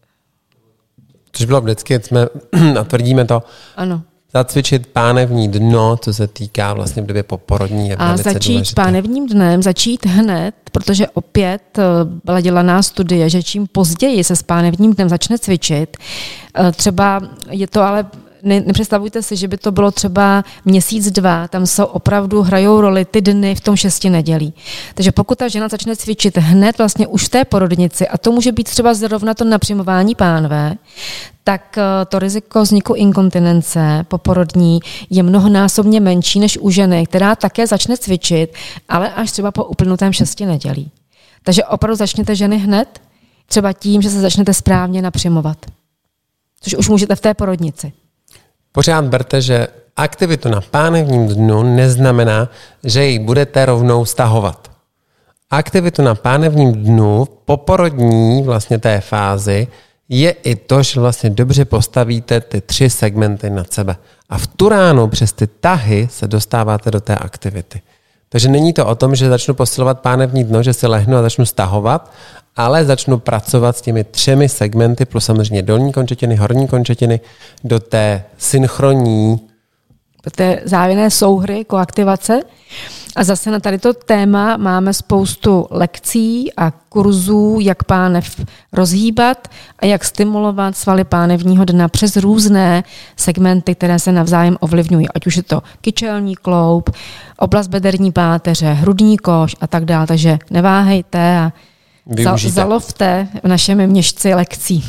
Což bylo vždycky, jsme a tvrdíme to. Ano. Zacvičit pánevní dno, co se týká vlastně v době poporodní, je a začít důležité. Pánevním dnem, začít hned, protože opět byla dělaná studie, že čím později se s pánevním dnem začne cvičit, třeba je to ale Ne, nepředstavujte si, že by to bylo třeba měsíc, dva, tam jsou opravdu, hrajou roli ty dny v tom šesti nedělí. Takže pokud ta žena začne cvičit hned vlastně už v té porodnici, a to může být třeba zrovna to napřimování pánve, tak to riziko vzniku inkontinence poporodní je mnohonásobně menší než u ženy, která také začne cvičit, ale až třeba po uplynutém šesti nedělí. Takže opravdu začněte ženy hned, třeba tím, že se začnete správně napřimovat. Což už můžete v té porodnici. Pořád berte, že aktivitu na pánevním dnu neznamená, že ji budete rovnou stahovat. Aktivitu na pánevním dnu poporodní vlastně té fázi je i to, že vlastně dobře postavíte ty tři segmenty nad sebe. A v tu ránu přes ty tahy se dostáváte do té aktivity. Takže není to o tom, že začnu posilovat pánevní dno, že si lehnu a začnu stahovat, ale začnu pracovat s těmi třemi segmenty, plus samozřejmě dolní končetiny, horní končetiny, do té synchronní. Do té závěrné souhry, koaktivace. A zase na tady to téma máme spoustu lekcí a kurzů, jak pánev rozhýbat a jak stimulovat svaly pánevního dna přes různé segmenty, které se navzájem ovlivňují. Ať už je to kyčelní kloub, oblast bederní páteře, hrudní koš a tak dále. Takže neváhejte a Využijte. Zalovte v našem měšci lekcí.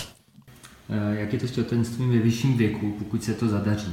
Jak je to s těhotenstvím ve vyšším věku, pokud se to zadaří?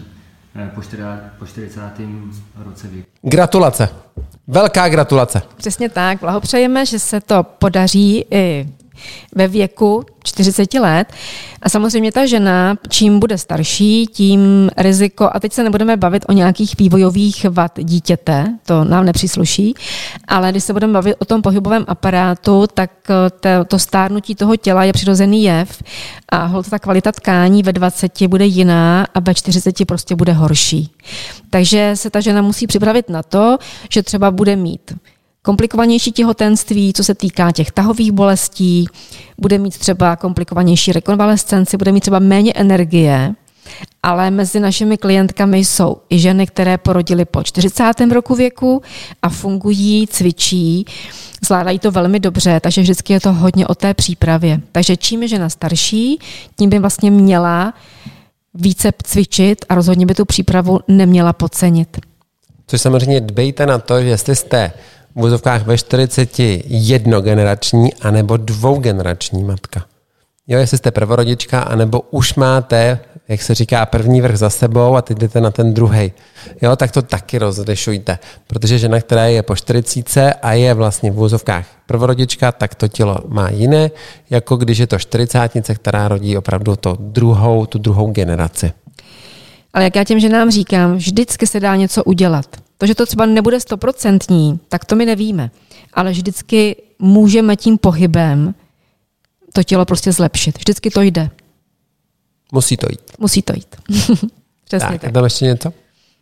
Po čtyřicátém roce věku. Gratulace. Velká gratulace. Přesně tak. Blahopřejeme, že se to podaří i ve věku čtyřicet let. A samozřejmě ta žena, čím bude starší, tím riziko, a teď se nebudeme bavit o nějakých vývojových vad dítěte, to nám nepřísluší, ale když se budeme bavit o tom pohybovém aparátu, tak to, to stárnutí toho těla je přirozený jev a holt ta kvalita tkání ve dvaceti bude jiná a ve čtyřiceti prostě bude horší. Takže se ta žena musí připravit na to, že třeba bude mít komplikovanější těhotenství, co se týká těch tahových bolestí, bude mít třeba komplikovanější rekonvalescenci, bude mít třeba méně energie, ale mezi našimi klientkami jsou i ženy, které porodily po čtyřicátém roku věku a fungují, cvičí, zvládají to velmi dobře, takže vždycky je to hodně o té přípravě. Takže čím je žena starší, tím by vlastně měla více cvičit a rozhodně by tu přípravu neměla podcenit. Což samozřejmě dbejte na to, že jestli jste v vozovkách ve čtyřiceti jednogenerační anebo dvougenerační matka. Jo, jestli jste prvorodička, anebo už máte, jak se říká, první vrch za sebou a teď jdete na ten druhej. Jo, tak to taky rozlišujte. Protože žena, která je po čtyřicítce a je vlastně v vozovkách prvorodička, tak to tělo má jiné, jako když je to čtyřicátnice, která rodí opravdu to druhou, tu druhou generaci. Ale jak já těm ženám říkám, vždycky se dá něco udělat. To, že to třeba nebude stoprocentní, tak to my nevíme. Ale vždycky můžeme tím pohybem to tělo prostě zlepšit. Vždycky to jde. Musí to jít. Musí to jít. Přesně tak. tak. Tam ještě něco?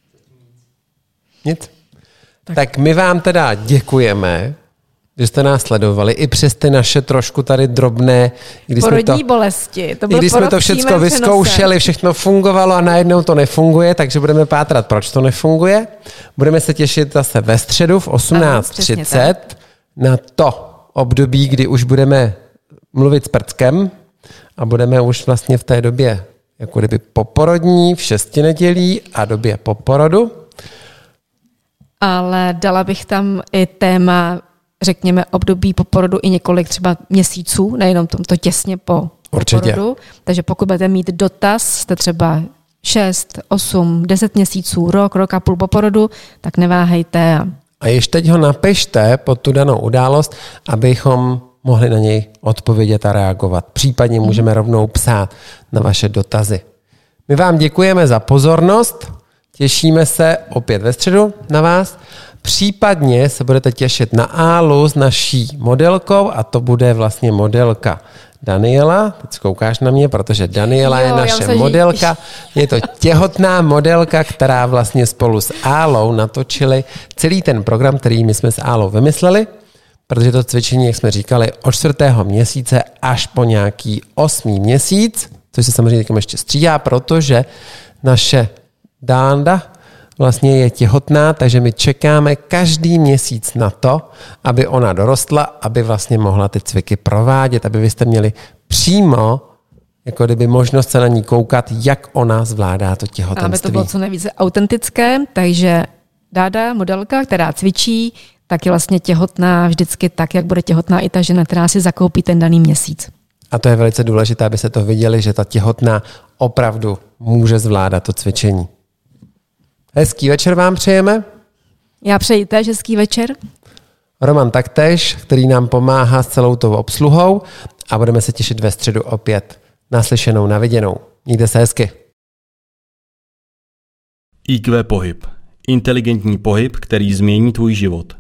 Nic? Tak. tak my vám teda děkujeme, že jste nás sledovali, i přes ty naše trošku tady drobné... Když porodní to, bolesti. To I když jsme to všechno vyzkoušeli, všechno fungovalo a najednou to nefunguje, takže budeme pátrat, proč to nefunguje. Budeme se těšit zase ve středu v osmnáct třicet na to období, kdy už budeme mluvit s Prckem a budeme už vlastně v té době jako kdyby poporodní, v šesti nedělí a době po porodu. Ale dala bych tam i téma, řekněme, období po porodu i několik třeba měsíců, nejenom to těsně po, po porodu. Takže pokud budete mít dotaz, jste třeba šest, osm, deset měsíců, rok, rok a půl po porodu, tak neváhejte. A již teď ho napište pod tu danou událost, abychom mohli na něj odpovědět a reagovat. Případně můžeme rovnou psát na vaše dotazy. My vám děkujeme za pozornost, těšíme se opět ve středu na vás. Případně se budete těšit na Álu s naší modelkou a to bude vlastně modelka Daniela. Teď koukáš na mě, protože Daniela jo, je naše se... modelka. Je to těhotná modelka, která vlastně spolu s Álou natočili celý ten program, který my jsme s Álou vymysleli, protože to cvičení, jak jsme říkali, od čtvrtého měsíce až po nějaký osmý měsíc, což se samozřejmě ještě střídá, protože naše Dánda vlastně je těhotná, takže my čekáme každý měsíc na to, aby ona dorostla, aby vlastně mohla ty cviky provádět, aby vy jste měli přímo jako kdyby možnost se na ní koukat, jak ona zvládá to těhotenství. Aby to bylo co nejvíce autentické, takže Dáda, modelka, která cvičí, tak je vlastně těhotná vždycky tak, jak bude těhotná i ta žena, která si zakoupí ten daný měsíc. A to je velice důležité, aby se to viděli, že ta těhotná opravdu může zvládat to cvičení. Hezký večer vám přejeme. Já přeji též hezký večer. Roman taktéž, který nám pomáhá s celou tou obsluhou a budeme se těšit ve středu opět. Naslyšenou, naviděnou. Mějte se hezky. í kvé Pohyb. Inteligentní pohyb, který změní tvůj život.